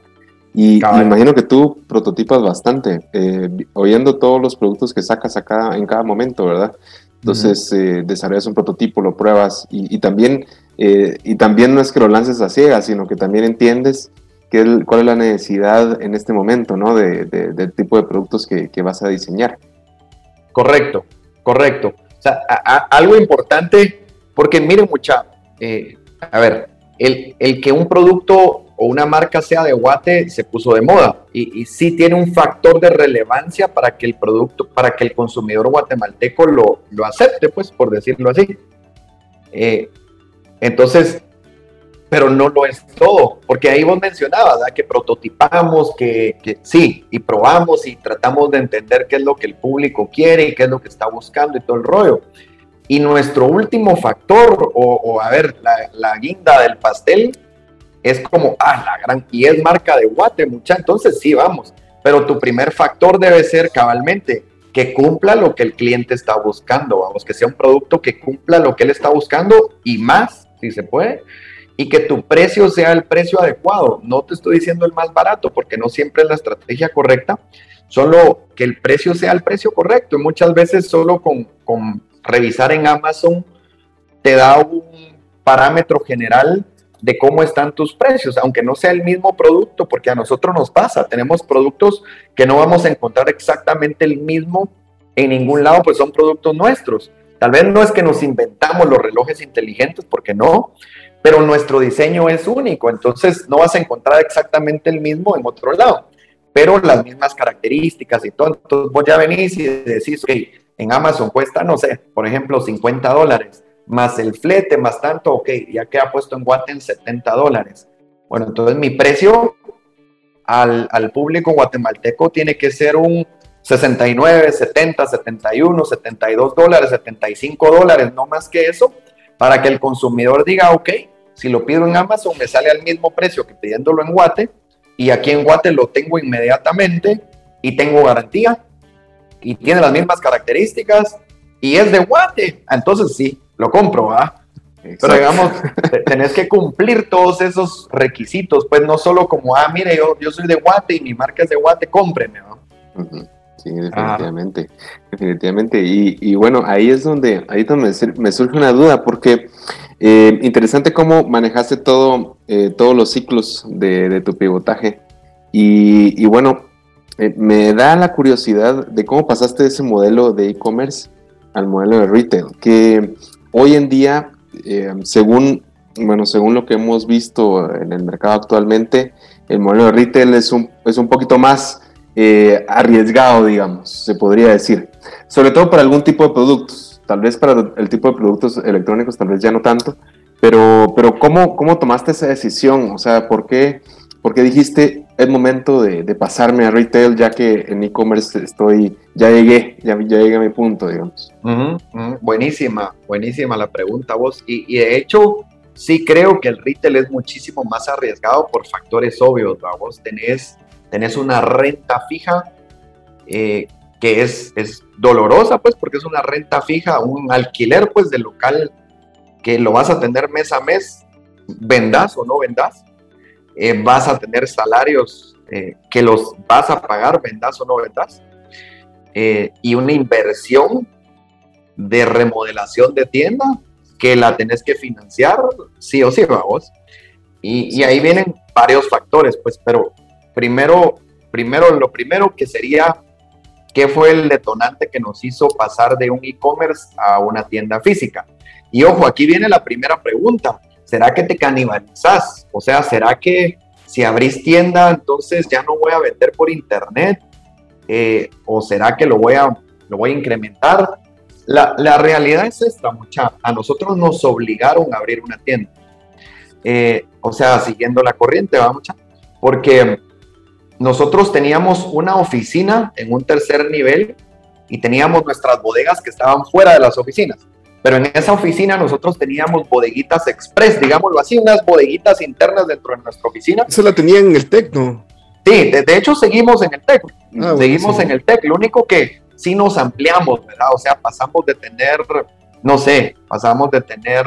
Y me imagino que tú prototipas bastante, eh, oyendo todos los productos que sacas acá en cada momento, ¿verdad? Entonces, uh-huh. eh, desarrollas un prototipo, lo pruebas, y, y, también, eh, y también no es que lo lances a ciegas, sino que también entiendes qué, cuál es la necesidad en este momento, ¿no? De, de, del tipo de productos que, que vas a diseñar. Correcto, correcto. O sea, a, a, algo importante, porque miren mucha, eh, a ver, el, el que un producto o una marca sea de Guate se puso de moda y, y sí tiene un factor de relevancia para que el producto, para que el consumidor guatemalteco lo, lo acepte, pues, por decirlo así. Eh, entonces, pero no lo es todo, porque ahí vos mencionabas, ¿verdad? Que prototipamos, que, que sí, y probamos y tratamos de entender qué es lo que el público quiere y qué es lo que está buscando y todo el rollo. Y nuestro último factor, o, o a ver, la, la guinda del pastel, es como, ah, la gran, y es marca de Guate, mucha, entonces sí, vamos, pero tu primer factor debe ser cabalmente que cumpla lo que el cliente está buscando, vamos, que sea un producto que cumpla lo que él está buscando y más, si se puede, y que tu precio sea el precio adecuado. No te estoy diciendo el más barato, porque no siempre es la estrategia correcta, solo que el precio sea el precio correcto, y muchas veces solo con, con revisar en Amazon te da un parámetro general de cómo están tus precios, aunque no sea el mismo producto, porque a nosotros nos pasa, tenemos productos que no vamos a encontrar exactamente el mismo en ningún lado, pues son productos nuestros. Tal vez no es que nos inventamos los relojes inteligentes, porque no, pero nuestro diseño es único, entonces no vas a encontrar exactamente el mismo en otro lado, pero las mismas características y todo. Entonces vos ya venís y decís, ok, en Amazon cuesta, no sé, por ejemplo, cincuenta dólares, más el flete, más tanto, ok, ya queda puesto en Guate en setenta dólares. Bueno, entonces mi precio al, al público guatemalteco tiene que ser un sesenta y nueve, setenta, setenta y uno, setenta y dos dólares, setenta y cinco dólares, no más que eso, para que el consumidor diga, ok, si lo pido en Amazon me sale al mismo precio que pidiéndolo en Guate, y aquí en Guate lo tengo inmediatamente y tengo garantía y tiene las mismas características y es de Guate, entonces sí, lo compro, ¿verdad? Pero digamos, tenés que cumplir todos esos requisitos, pues no solo como, ah, mire, yo, yo soy de Guate y mi marca es de Guate, cómpreme, ¿no? Uh-huh. Sí, definitivamente, ah. definitivamente. Y, y bueno, ahí es donde, ahí es donde me surge una duda, porque eh, interesante cómo manejaste todo, eh, todos los ciclos de, de tu pivotaje. Y, y bueno, eh, me da la curiosidad de cómo pasaste de ese modelo de e-commerce al modelo de retail, que hoy en día, eh, según, bueno, según lo que hemos visto en el mercado actualmente, el modelo de retail es un, es un poquito más Eh, arriesgado, digamos, se podría decir, sobre todo para algún tipo de productos, tal vez para el tipo de productos electrónicos, tal vez ya no tanto, pero, pero ¿cómo, cómo tomaste esa decisión? O sea, ¿por qué, por qué dijiste es momento de, de pasarme a retail, ya que en e-commerce estoy, ya llegué, ya, ya llegué a mi punto, digamos? Uh-huh, uh-huh. Buenísima, buenísima la pregunta, vos, y, y de hecho, sí creo que el retail es muchísimo más arriesgado por factores obvios, ¿va? Vos tenés tenés una renta fija eh, que es, es dolorosa, pues, porque es una renta fija, un alquiler, pues, del local que lo vas a tener mes a mes, vendas o no vendas, eh, vas a tener salarios eh, que los vas a pagar, vendas o no vendas, eh, y una inversión de remodelación de tienda que la tenés que financiar, sí o sí, vamos. Y, y ahí vienen varios factores, pues, pero Primero, primero, lo primero que sería, ¿qué fue el detonante que nos hizo pasar de un e-commerce a una tienda física? Y ojo, aquí viene la primera pregunta, ¿será que te canibalizas? O sea, ¿será que si abrís tienda, entonces ya no voy a vender por internet? Eh, ¿O será que lo voy a, lo voy a incrementar? La, la realidad es esta, mucha. A nosotros nos obligaron a abrir una tienda. Eh, o sea, siguiendo la corriente, ¿va, mucha? Porque nosotros teníamos una oficina en un tercer nivel y teníamos nuestras bodegas que estaban fuera de las oficinas. Pero en esa oficina nosotros teníamos bodeguitas express, digámoslo así, unas bodeguitas internas dentro de nuestra oficina. ¿Eso la tenía en el TEC, no? Sí, de, de hecho seguimos en el TEC. Ah, seguimos sí. en el TEC. Lo único que sí nos ampliamos, ¿verdad? O sea, pasamos de tener, no sé, pasamos de tener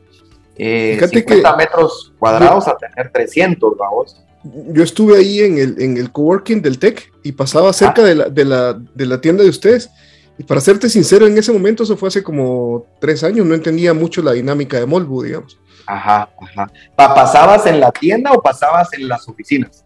eh, cincuenta metros cuadrados yo, a tener trescientos, vamos. Yo estuve ahí en el, en el coworking del TEC y pasaba cerca ah. de, la, de, la, de la tienda de ustedes. Y para serte sincero, en ese momento, eso fue hace como tres años, no entendía mucho la dinámica de Molbu, digamos. Ajá, ajá. ¿Pasabas en la tienda o pasabas en las oficinas?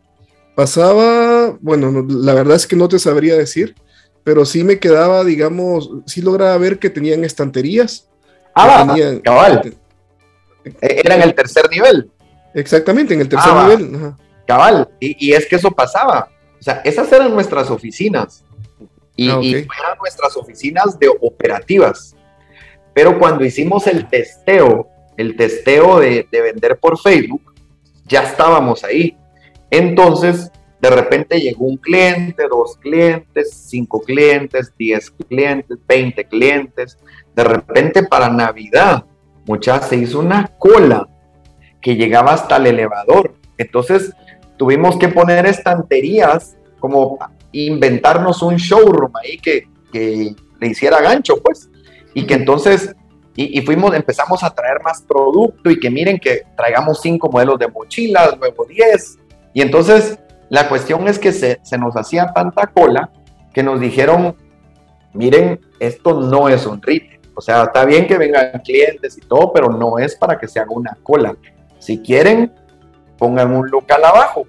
Pasaba, bueno, no, la verdad es que no te sabría decir, pero sí me quedaba, digamos, sí lograba ver que tenían estanterías. Ah, tenían, cabal. Era en el tercer nivel. Exactamente, en el tercer ah, nivel. Ajá. Cabal, y, y es que eso pasaba. O sea, esas eran nuestras oficinas. Y, ah, okay. y eran nuestras oficinas de operativas. Pero cuando hicimos el testeo, el testeo de, de vender por Facebook, ya estábamos ahí. Entonces, de repente llegó un cliente, dos clientes, cinco clientes, diez clientes, veinte clientes. De repente para Navidad, muchachos, se hizo una cola que llegaba hasta el elevador. Entonces, tuvimos que poner estanterías, como inventarnos un showroom ahí que, que le hiciera gancho, pues. Y que entonces, y, y fuimos, empezamos a traer más producto y que miren que traigamos cinco modelos de mochilas, luego diez. Y entonces, la cuestión es que se, se nos hacía tanta cola que nos dijeron, miren, esto no es un retail. O sea, está bien que vengan clientes y todo, pero no es para que se haga una cola. Si quieren, pongan un local abajo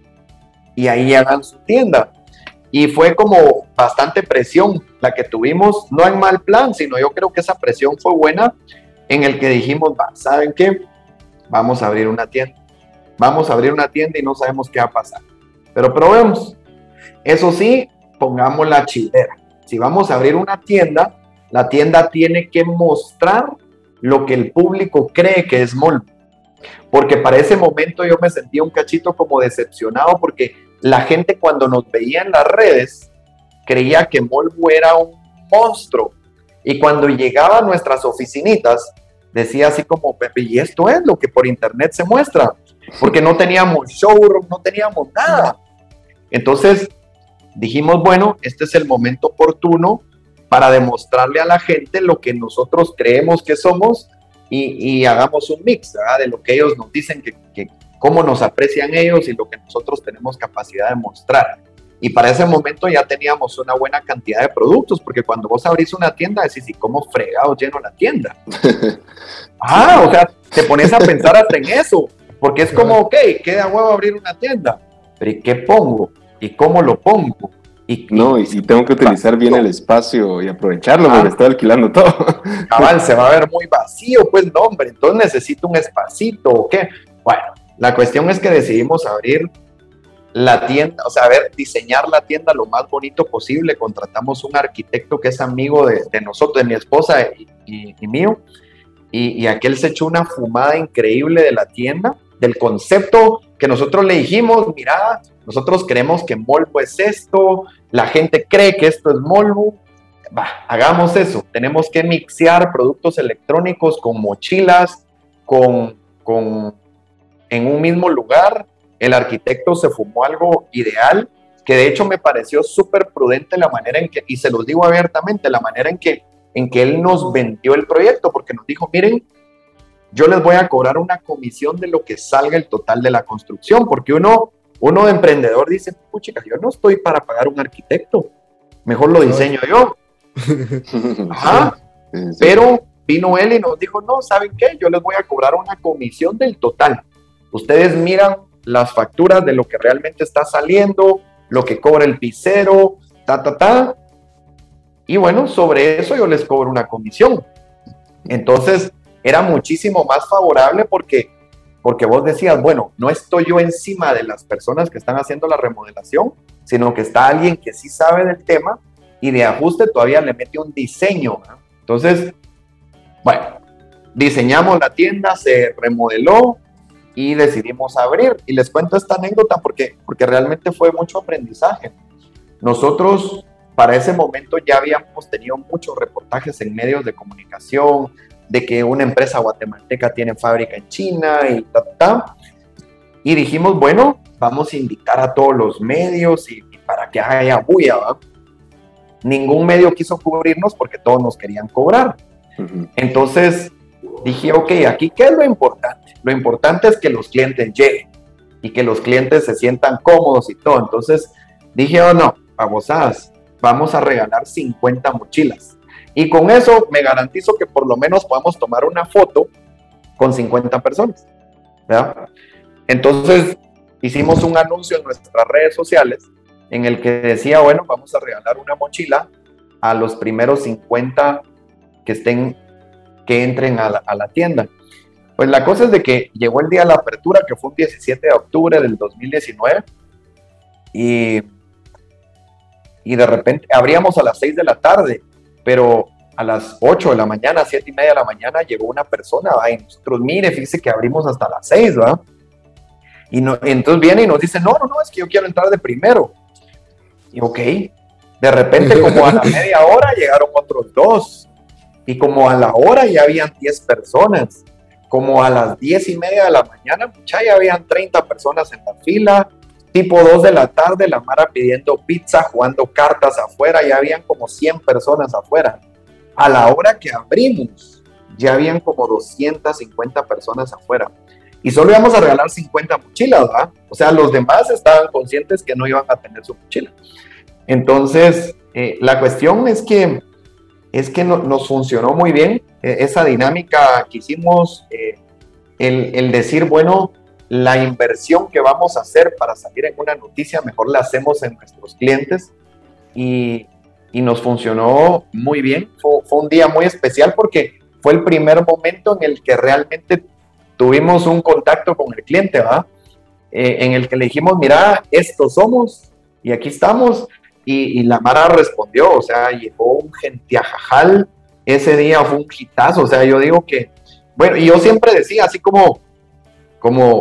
y ahí hagan su tienda. Y fue como bastante presión la que tuvimos, no en mal plan, sino yo creo que esa presión fue buena, en el que dijimos, ¿saben qué? Vamos a abrir una tienda. Vamos a abrir una tienda y no sabemos qué va a pasar. Pero probemos. Eso sí, pongamos la chilera. Si vamos a abrir una tienda, la tienda tiene que mostrar lo que el público cree que es Molbu. Porque para ese momento yo me sentía un cachito como decepcionado porque la gente cuando nos veía en las redes creía que Molbu era un monstruo, y cuando llegaba a nuestras oficinitas decía así como, Pepe, y esto es lo que por internet se muestra, porque no teníamos showroom, no teníamos nada. Entonces dijimos, bueno, este es el momento oportuno para demostrarle a la gente lo que nosotros creemos que somos, y, y hagamos un mix, ¿verdad?, de lo que ellos nos dicen, que, que cómo nos aprecian ellos y lo que nosotros tenemos capacidad de mostrar. Y para ese momento ya teníamos una buena cantidad de productos, porque cuando vos abrís una tienda decís, ¿y cómo fregado lleno la tienda? Ah, o sea, te pones a pensar hasta en eso, porque es como, ok, queda huevo abrir una tienda, pero ¿y qué pongo? ¿Y cómo lo pongo? Y, no, y si tengo que utilizar bien el espacio y aprovecharlo, ah, porque estoy alquilando todo. Cabal, se va a ver muy vacío, pues no, hombre, entonces necesito un espacito, ¿o qué? Bueno, la cuestión es que decidimos abrir la tienda, o sea, a ver, diseñar la tienda lo más bonito posible. Contratamos un arquitecto que es amigo de, de nosotros, de mi esposa y, y, y mío, y, y aquel se echó una fumada increíble de la tienda, del concepto que nosotros le dijimos, mira, nosotros creemos que Molbu es esto, la gente cree que esto es Molbu, bah, hagamos eso, tenemos que mixear productos electrónicos con mochilas, con, con, en un mismo lugar. El arquitecto se fumó algo ideal, que de hecho me pareció súper prudente la manera en que, y se los digo abiertamente, la manera en que, en que él nos vendió el proyecto, porque nos dijo, miren, yo les voy a cobrar una comisión de lo que salga el total de la construcción, porque uno, uno de emprendedor dice, pucha, yo no estoy para pagar un arquitecto, mejor lo diseño yo. Ajá. Sí, sí. Pero vino él y nos dijo, no, ¿saben qué? Yo les voy a cobrar una comisión del total. Ustedes miran las facturas de lo que realmente está saliendo, lo que cobra el pizzero, ta, ta, ta. Y bueno, sobre eso yo les cobro una comisión. Entonces, era muchísimo más favorable porque, porque vos decías, bueno, no estoy yo encima de las personas que están haciendo la remodelación, sino que está alguien que sí sabe del tema y de ajuste todavía le mete un diseño, ¿no? Entonces, bueno, diseñamos la tienda, se remodeló y decidimos abrir. Y les cuento esta anécdota porque, porque realmente fue mucho aprendizaje. Nosotros para ese momento ya habíamos tenido muchos reportajes en medios de comunicación de que una empresa guatemalteca tiene fábrica en China y ta, ta. Y dijimos, bueno, vamos a invitar a todos los medios y, y para que haya bulla, ¿va? Ningún medio quiso cubrirnos porque todos nos querían cobrar. Uh-huh. Entonces dije, ok, aquí ¿qué es lo importante? Lo importante es que los clientes lleguen y que los clientes se sientan cómodos y todo. Entonces dije, oh no, babosadas, vamos a regalar cincuenta mochilas. Y con eso me garantizo que por lo menos podamos tomar una foto con cincuenta personas, ¿verdad? Entonces hicimos un anuncio en nuestras redes sociales en el que decía, bueno, vamos a regalar una mochila a los primeros cincuenta que estén, que entren a la, a la tienda. Pues la cosa es de que llegó el día de la apertura, que fue un diecisiete de octubre del dos mil diecinueve, y, y de repente abríamos a las seis de la tarde, pero a las ocho de la mañana, siete y media de la mañana, llegó una persona, ¿va? Y nosotros, mire, fíjese que abrimos hasta las seis, ¿va? Y, no, y entonces viene y nos dice, no, no, no, es que yo quiero entrar de primero. Y ok, de repente como a la media hora llegaron otros dos, y como a la hora ya habían diez personas, como a las diez y media de la mañana, mucha, ya habían treinta personas en la fila, tipo dos de la tarde, la Mara pidiendo pizza, jugando cartas afuera, ya habían como cien personas afuera. A la hora que abrimos, ya habían como doscientas cincuenta personas afuera. Y solo íbamos a regalar cincuenta mochilas, ¿verdad? O sea, los demás estaban conscientes que no iban a tener su mochila. Entonces, eh, la cuestión es que, es que no, nos funcionó muy bien eh, esa dinámica que hicimos, eh, el, el decir, bueno, la inversión que vamos a hacer para salir en una noticia, mejor la hacemos en nuestros clientes, y, y nos funcionó muy bien. Fue, fue un día muy especial porque fue el primer momento en el que realmente tuvimos un contacto con el cliente, ¿va? Eh, en el que le dijimos, mira, estos somos y aquí estamos, y, y la Mara respondió, o sea, llegó un gentiajajal, ese día fue un hitazo, o sea, yo digo que, bueno, y yo siempre decía, así como, como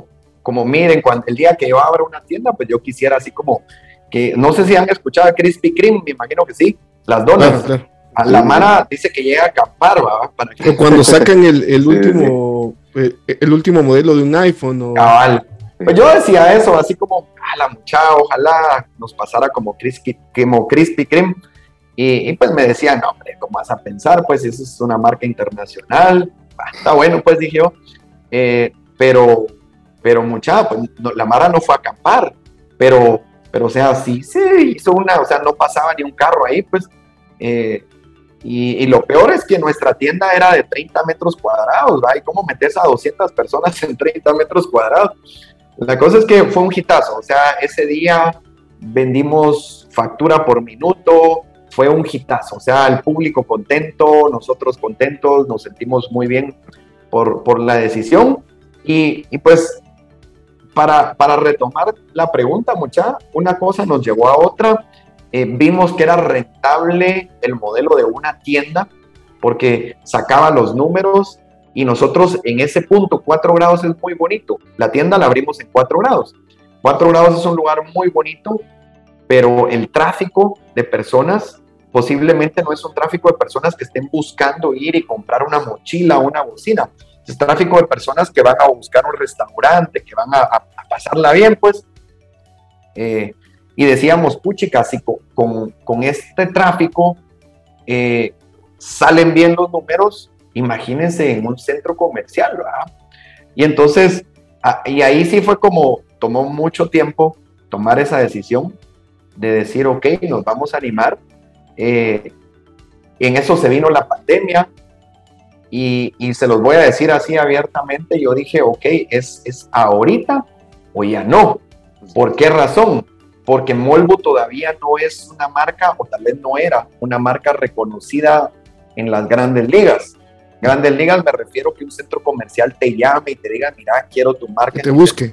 como miren, cuando, el día que yo abra una tienda, pues yo quisiera así como, que no sé si han escuchado Krispy Kreme, me imagino que sí, las donas. Claro, claro. A la Mara dice que llega a acampar, ¿va? Para que... O cuando sacan el, el, último, el, el último modelo de un iPhone. O... Cabal. Pues yo decía eso, así como, a la muchacha, ojalá nos pasara como Krispy, como Krispy Kreme. Y, y pues me decían, no, hombre, ¿cómo vas a pensar? Pues eso es una marca internacional. Ah, está bueno, pues dije yo. Eh, pero, pero muchacha, pues no, la Mara no fue a acampar. Pero, pero o sea, sí se hizo una, o sea, no pasaba ni un carro ahí, pues. Eh, Y, y lo peor es que nuestra tienda era de treinta metros cuadrados, ¿va? ¿Y cómo metes a doscientas personas en treinta metros cuadrados? La cosa es que fue un hitazo, o sea, ese día vendimos factura por minuto, fue un hitazo, o sea, el público contento, nosotros contentos, nos sentimos muy bien por, por la decisión. Y, y pues, para, para retomar la pregunta, mucha, una cosa nos llevó a otra. Eh, vimos que era rentable el modelo de una tienda porque sacaba los números y nosotros en ese punto, cuatro grados es muy bonito. La tienda la abrimos en cuatro grados. cuatro grados es un lugar muy bonito, pero el tráfico de personas posiblemente no es un tráfico de personas que estén buscando ir y comprar una mochila o una bocina. Es tráfico de personas que van a buscar un restaurante, que van a, a, a pasarla bien, pues. Eh, Y decíamos, puchica, si con, con, con este tráfico eh, salen bien los números, imagínense en un centro comercial, ¿verdad? Y entonces, a, y ahí sí fue como, tomó mucho tiempo tomar esa decisión de decir, ok, nos vamos a animar. Eh, en eso se vino la pandemia y, y se los voy a decir así abiertamente, yo dije, ok, ¿es, es ahorita o ya no? ¿Por qué razón? Porque Molbu todavía no es una marca, o tal vez no era una marca reconocida en las grandes ligas. Grandes ligas me refiero que un centro comercial te llame y te diga, mira, quiero tu marca. Que te busque.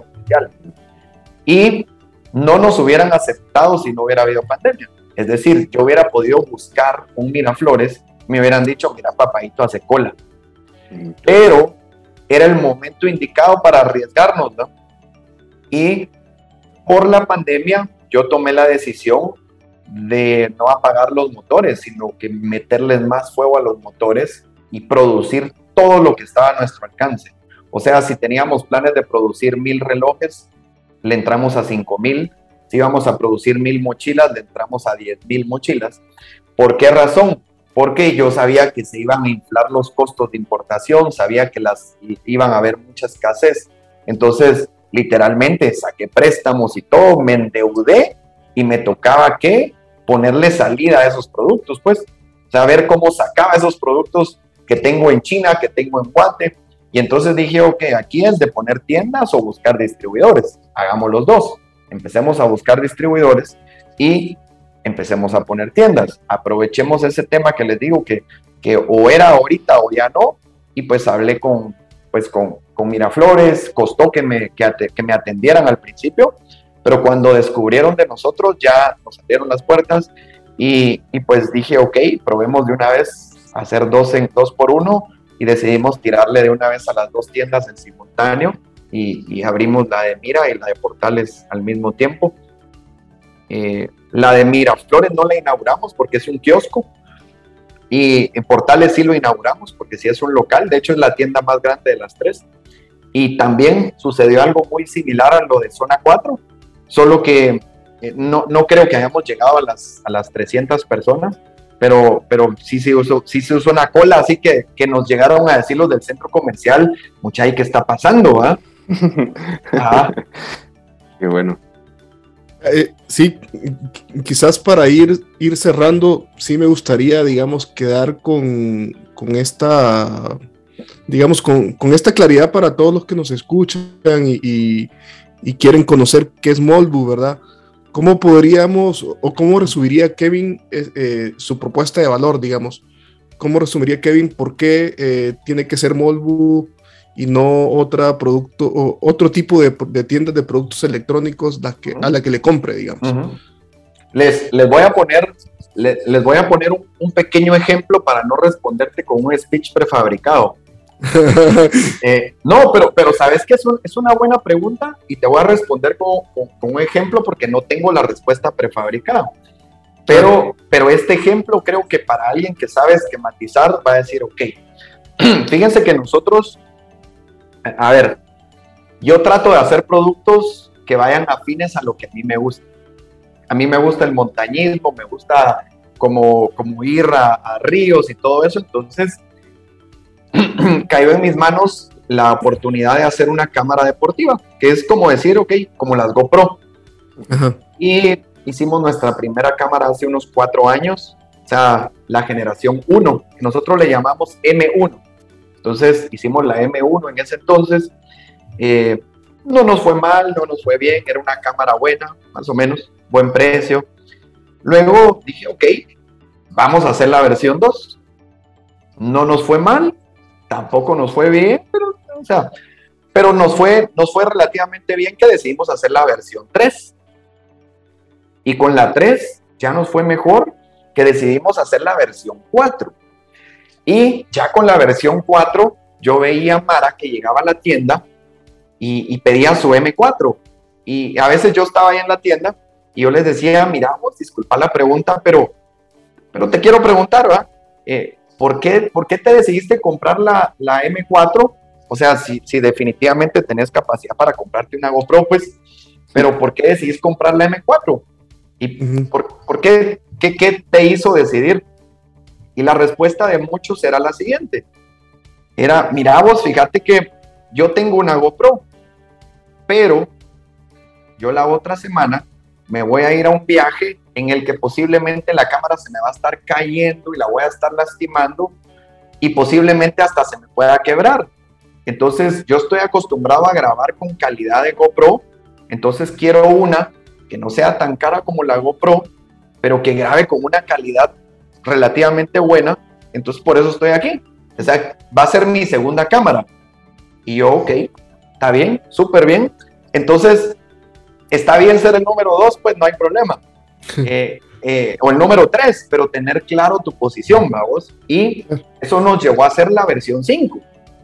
Y no nos hubieran aceptado si no hubiera habido pandemia. Es decir, yo hubiera podido buscar un Miraflores, me hubieran dicho, mira, papadito, hace cola. Pero era el momento indicado para arriesgarnos, ¿no? Y por la pandemia, yo tomé la decisión de no apagar los motores, sino que meterles más fuego a los motores y producir todo lo que estaba a nuestro alcance. O sea, si teníamos planes de producir mil relojes, le entramos a cinco mil. Si íbamos a producir mil mochilas, le entramos a diez mil mochilas. ¿Por qué razón? Porque yo sabía que se iban a inflar los costos de importación, sabía que las iban a haber mucha escasez. Entonces, literalmente saqué préstamos y todo, me endeudé y me tocaba que ponerle salida a esos productos, pues, saber cómo sacaba esos productos que tengo en China, que tengo en Guate. Y entonces dije, ok, aquí es de poner tiendas o buscar distribuidores, hagamos los dos. Empecemos a buscar distribuidores y empecemos a poner tiendas. Aprovechemos ese tema que les digo que, que o era ahorita o ya no, y pues hablé con, pues con, con Miraflores, costó que me, que, que me atendieran al principio, pero cuando descubrieron de nosotros ya nos abrieron las puertas y, y pues dije, ok, probemos de una vez hacer dos, en, dos por uno y decidimos tirarle de una vez a las dos tiendas en simultáneo y, y abrimos la de Mira y la de Portales al mismo tiempo. Eh, la de Miraflores no la inauguramos porque es un kiosco y en Portales sí lo inauguramos porque sí es un local, de hecho es la tienda más grande de las tres. Y también sucedió algo muy similar a lo de Zona cuatro, solo que eh, no, no creo que hayamos llegado a las, a las trescientas personas, pero, pero sí, se usó, sí se usó una cola, así que, que nos llegaron a decir los del centro comercial, muchacha, ¿qué está pasando? ¿Ah? Ah. Qué bueno. Eh, sí, quizás para ir, ir cerrando, sí me gustaría, digamos, quedar con, con esta, digamos, con, con esta claridad para todos los que nos escuchan y, y, y quieren conocer qué es Molbu, ¿verdad? ¿Cómo podríamos o cómo resumiría Kevin eh, eh, su propuesta de valor, digamos? ¿Cómo resumiría Kevin por qué eh, tiene que ser Molbu y no otra producto o otro tipo de, de tiendas de productos electrónicos la que, uh-huh. a la que le compre, digamos? Uh-huh. Les, les voy a poner, les, les voy a poner un, un pequeño ejemplo para no responderte con un speech prefabricado. eh, no, pero, pero sabes que es, un, es una buena pregunta y te voy a responder con, con, con un ejemplo porque no tengo la respuesta prefabricada. Pero, pero este ejemplo creo que para alguien que sabe esquematizar va a decir, ok, fíjense que nosotros, a ver, yo trato de hacer productos que vayan afines a lo que a mí me gusta. A mí me gusta el montañismo, me gusta como, como ir a, a ríos y todo eso, entonces cayó en mis manos la oportunidad de hacer una cámara deportiva, que es como decir, ok, como las GoPro. Uh-huh. Y hicimos nuestra primera cámara hace unos cuatro años, o sea, la generación uno, que nosotros le llamamos eme uno. Entonces hicimos la eme uno en ese entonces, eh, no nos fue mal, no nos fue bien, era una cámara buena, más o menos, buen precio. Luego dije, ok, vamos a hacer la versión dos. No nos fue mal, tampoco nos fue bien, pero, o sea, pero nos fue, nos fue relativamente bien que decidimos hacer la versión tres. Y con la tres ya nos fue mejor que decidimos hacer la versión cuatro. Y ya con la versión cuatro, yo veía a Mara que llegaba a la tienda y, y pedía su eme cuatro. Y a veces yo estaba ahí en la tienda y yo les decía, mira, vos, disculpa la pregunta, pero, pero te quiero preguntar, ¿verdad? Eh, ¿por qué, ¿Por qué te decidiste comprar la, la eme cuatro? O sea, si, si definitivamente tenés capacidad para comprarte una GoPro, pues, pero ¿por qué decidís comprar la eme cuatro? ¿Y uh-huh. por, por qué, qué, qué te hizo decidir? Y la respuesta de muchos era la siguiente. Era, mira vos, fíjate que yo tengo una GoPro, pero yo la otra semana me voy a ir a un viaje en el que posiblemente la cámara se me va a estar cayendo y la voy a estar lastimando y posiblemente hasta se me pueda quebrar. Entonces yo estoy acostumbrado a grabar con calidad de GoPro, entonces quiero una que no sea tan cara como la GoPro, pero que grabe con una calidad relativamente buena, entonces por eso estoy aquí. O sea, va a ser mi segunda cámara. Y yo, ok, está bien, súper bien. Entonces, está bien ser el número dos, pues no hay problema. Eh, eh, o el número tres, pero tener claro tu posición, vamos. Y eso nos llevó a hacer la versión cinco.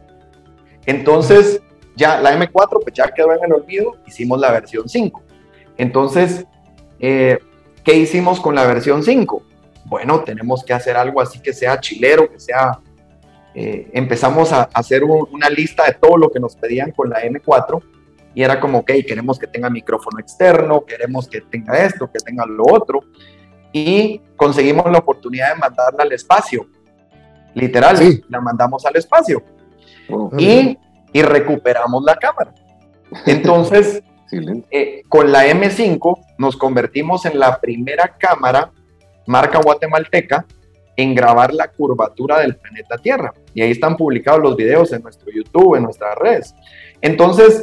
Entonces, ya la eme cuatro pues ya quedó en el olvido, hicimos la versión cinco. Entonces, eh, ¿qué hicimos con la versión cinco? Bueno, tenemos que hacer algo así que sea chilero, que sea... Eh, empezamos a hacer un, una lista de todo lo que nos pedían con la eme cuatro y era como, ok, queremos que tenga micrófono externo, queremos que tenga esto, que tenga lo otro, y conseguimos la oportunidad de mandarla al espacio, literal, sí. La mandamos al espacio, oh, y, y recuperamos la cámara. Entonces, eh, con la eme cinco nos convertimos en la primera cámara marca guatemalteca en grabar la curvatura del planeta Tierra. Y ahí están publicados los videos en nuestro YouTube, en nuestras redes. Entonces,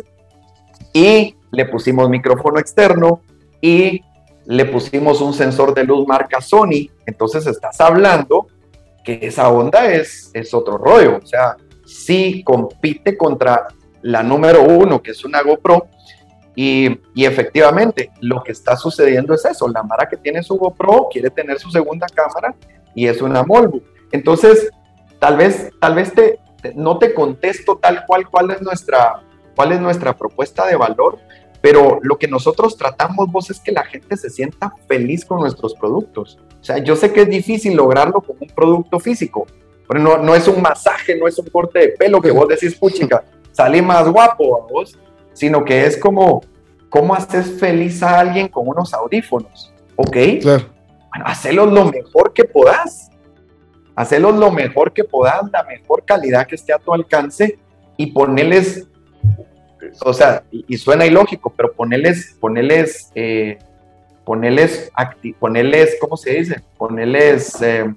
y le pusimos micrófono externo y le pusimos un sensor de luz marca Sony. Entonces estás hablando que esa onda es, es otro rollo. O sea, sí compite contra la número uno, que es una GoPro. Y, y efectivamente, lo que está sucediendo es eso. La Mara que tiene su GoPro quiere tener su segunda cámara y es una Molbu. Entonces, tal vez, tal vez te, te, no te contesto tal cual cuál es, nuestra, cuál es nuestra propuesta de valor, pero lo que nosotros tratamos, vos, es que la gente se sienta feliz con nuestros productos. O sea, yo sé que es difícil lograrlo con un producto físico, pero no, no es un masaje, no es un corte de pelo que vos decís, puchica, salí más guapo a vos, sino que es como, ¿cómo haces feliz a alguien con unos audífonos? ¿Ok? Claro. Bueno, hacelos lo mejor que podás. Hacelos lo mejor que podás, la mejor calidad que esté a tu alcance y ponerles, o sea, y, y suena ilógico, pero ponerles, ponerles, eh, ponerles, acti, ponerles, ¿cómo se dice? Ponerles, eh,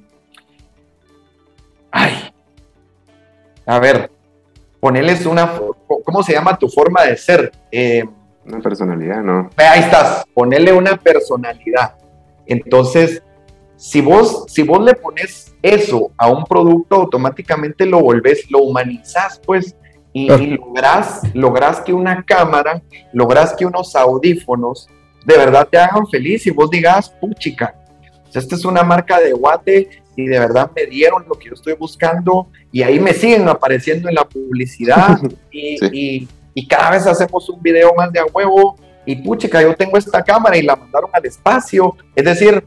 ay, a ver, ponerles una, ¿cómo se llama tu forma de ser? Eh, una personalidad, ¿no? Ahí estás, ponerle una personalidad. Entonces, si vos, si vos le pones eso a un producto, automáticamente lo volvés, lo humanizás, pues, y, y lográs, lográs que una cámara, lográs que unos audífonos de verdad te hagan feliz y vos digas, puchica, esta es una marca de Guate y de verdad me dieron lo que yo estoy buscando y ahí me siguen apareciendo en la publicidad y, sí. y, y cada vez hacemos un video más de a huevo y puchica, yo tengo esta cámara y la mandaron al espacio. Es decir,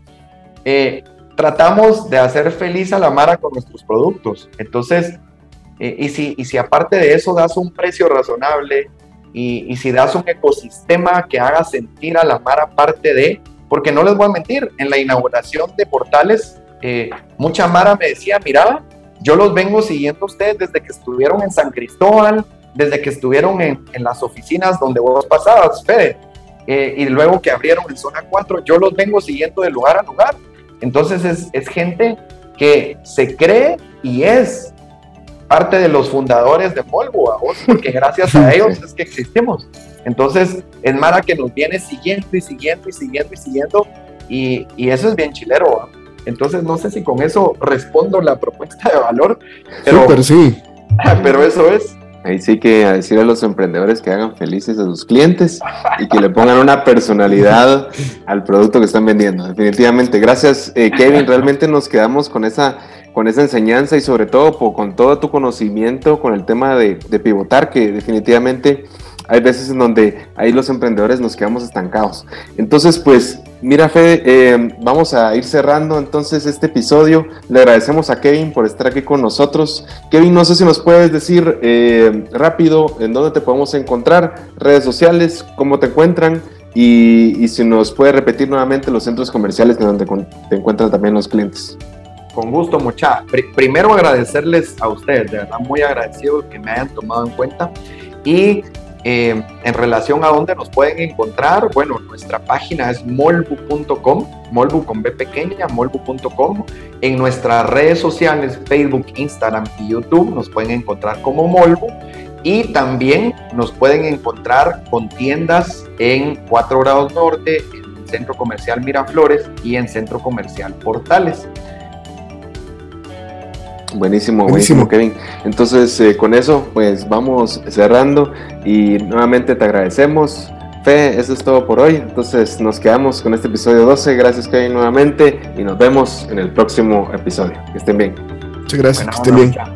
eh, tratamos de hacer feliz a la mara con nuestros productos. Entonces, eh, y, si, y si aparte de eso das un precio razonable y, y si das un ecosistema que haga sentir a la mara parte de, porque no les voy a mentir, en la inauguración de Portales, eh, mucha mara me decía, mira, yo los vengo siguiendo a ustedes desde que estuvieron en San Cristóbal, desde que estuvieron en, en las oficinas donde vos pasabas, Fede, eh, y luego que abrieron en Zona cuatro, yo los vengo siguiendo de lugar a lugar. Entonces es, es gente que se cree y es parte de los fundadores de Molbu, a vos, porque gracias a ellos es que existimos. Entonces es mara que nos viene siguiendo y siguiendo y siguiendo y siguiendo, y, y eso es bien chilero, ¿va? Entonces no sé si con eso respondo la propuesta de valor, pero, Súper, sí. pero eso es. Ahí sí que a decir a los emprendedores que hagan felices a sus clientes y que le pongan una personalidad al producto que están vendiendo. Definitivamente. Gracias, eh, Kevin. Realmente nos quedamos con esa, con esa enseñanza y sobre todo por, con todo tu conocimiento con el tema de, de pivotar, que definitivamente hay veces en donde ahí los emprendedores nos quedamos estancados. Entonces, pues, mira, Fede, eh, vamos a ir cerrando entonces este episodio. Le agradecemos a Kevin por estar aquí con nosotros. Kevin, no sé si nos puedes decir eh, rápido en dónde te podemos encontrar, redes sociales, cómo te encuentran y, y si nos puedes repetir nuevamente los centros comerciales en donde te encuentran también los clientes. Con gusto, mucha. Pr- primero agradecerles a ustedes, de verdad muy agradecido que me hayan tomado en cuenta. Y Eh, en relación a dónde nos pueden encontrar, bueno, nuestra página es molbu punto com, Molbu con B pequeña, molbu punto com. En nuestras redes sociales, Facebook, Instagram y YouTube, nos pueden encontrar como Molbu. Y también nos pueden encontrar con tiendas en cuatro grados Norte, en Centro Comercial Miraflores y en Centro Comercial Portales. Buenísimo, buenísimo, buenísimo, Kevin. Entonces, eh, con eso, pues vamos cerrando y nuevamente te agradecemos. Fe, eso es todo por hoy. Entonces, nos quedamos con este episodio doce. Gracias, Kevin, nuevamente y nos vemos en el próximo episodio. Que estén bien. Muchas gracias, Buena que estén onda, bien. Mucha.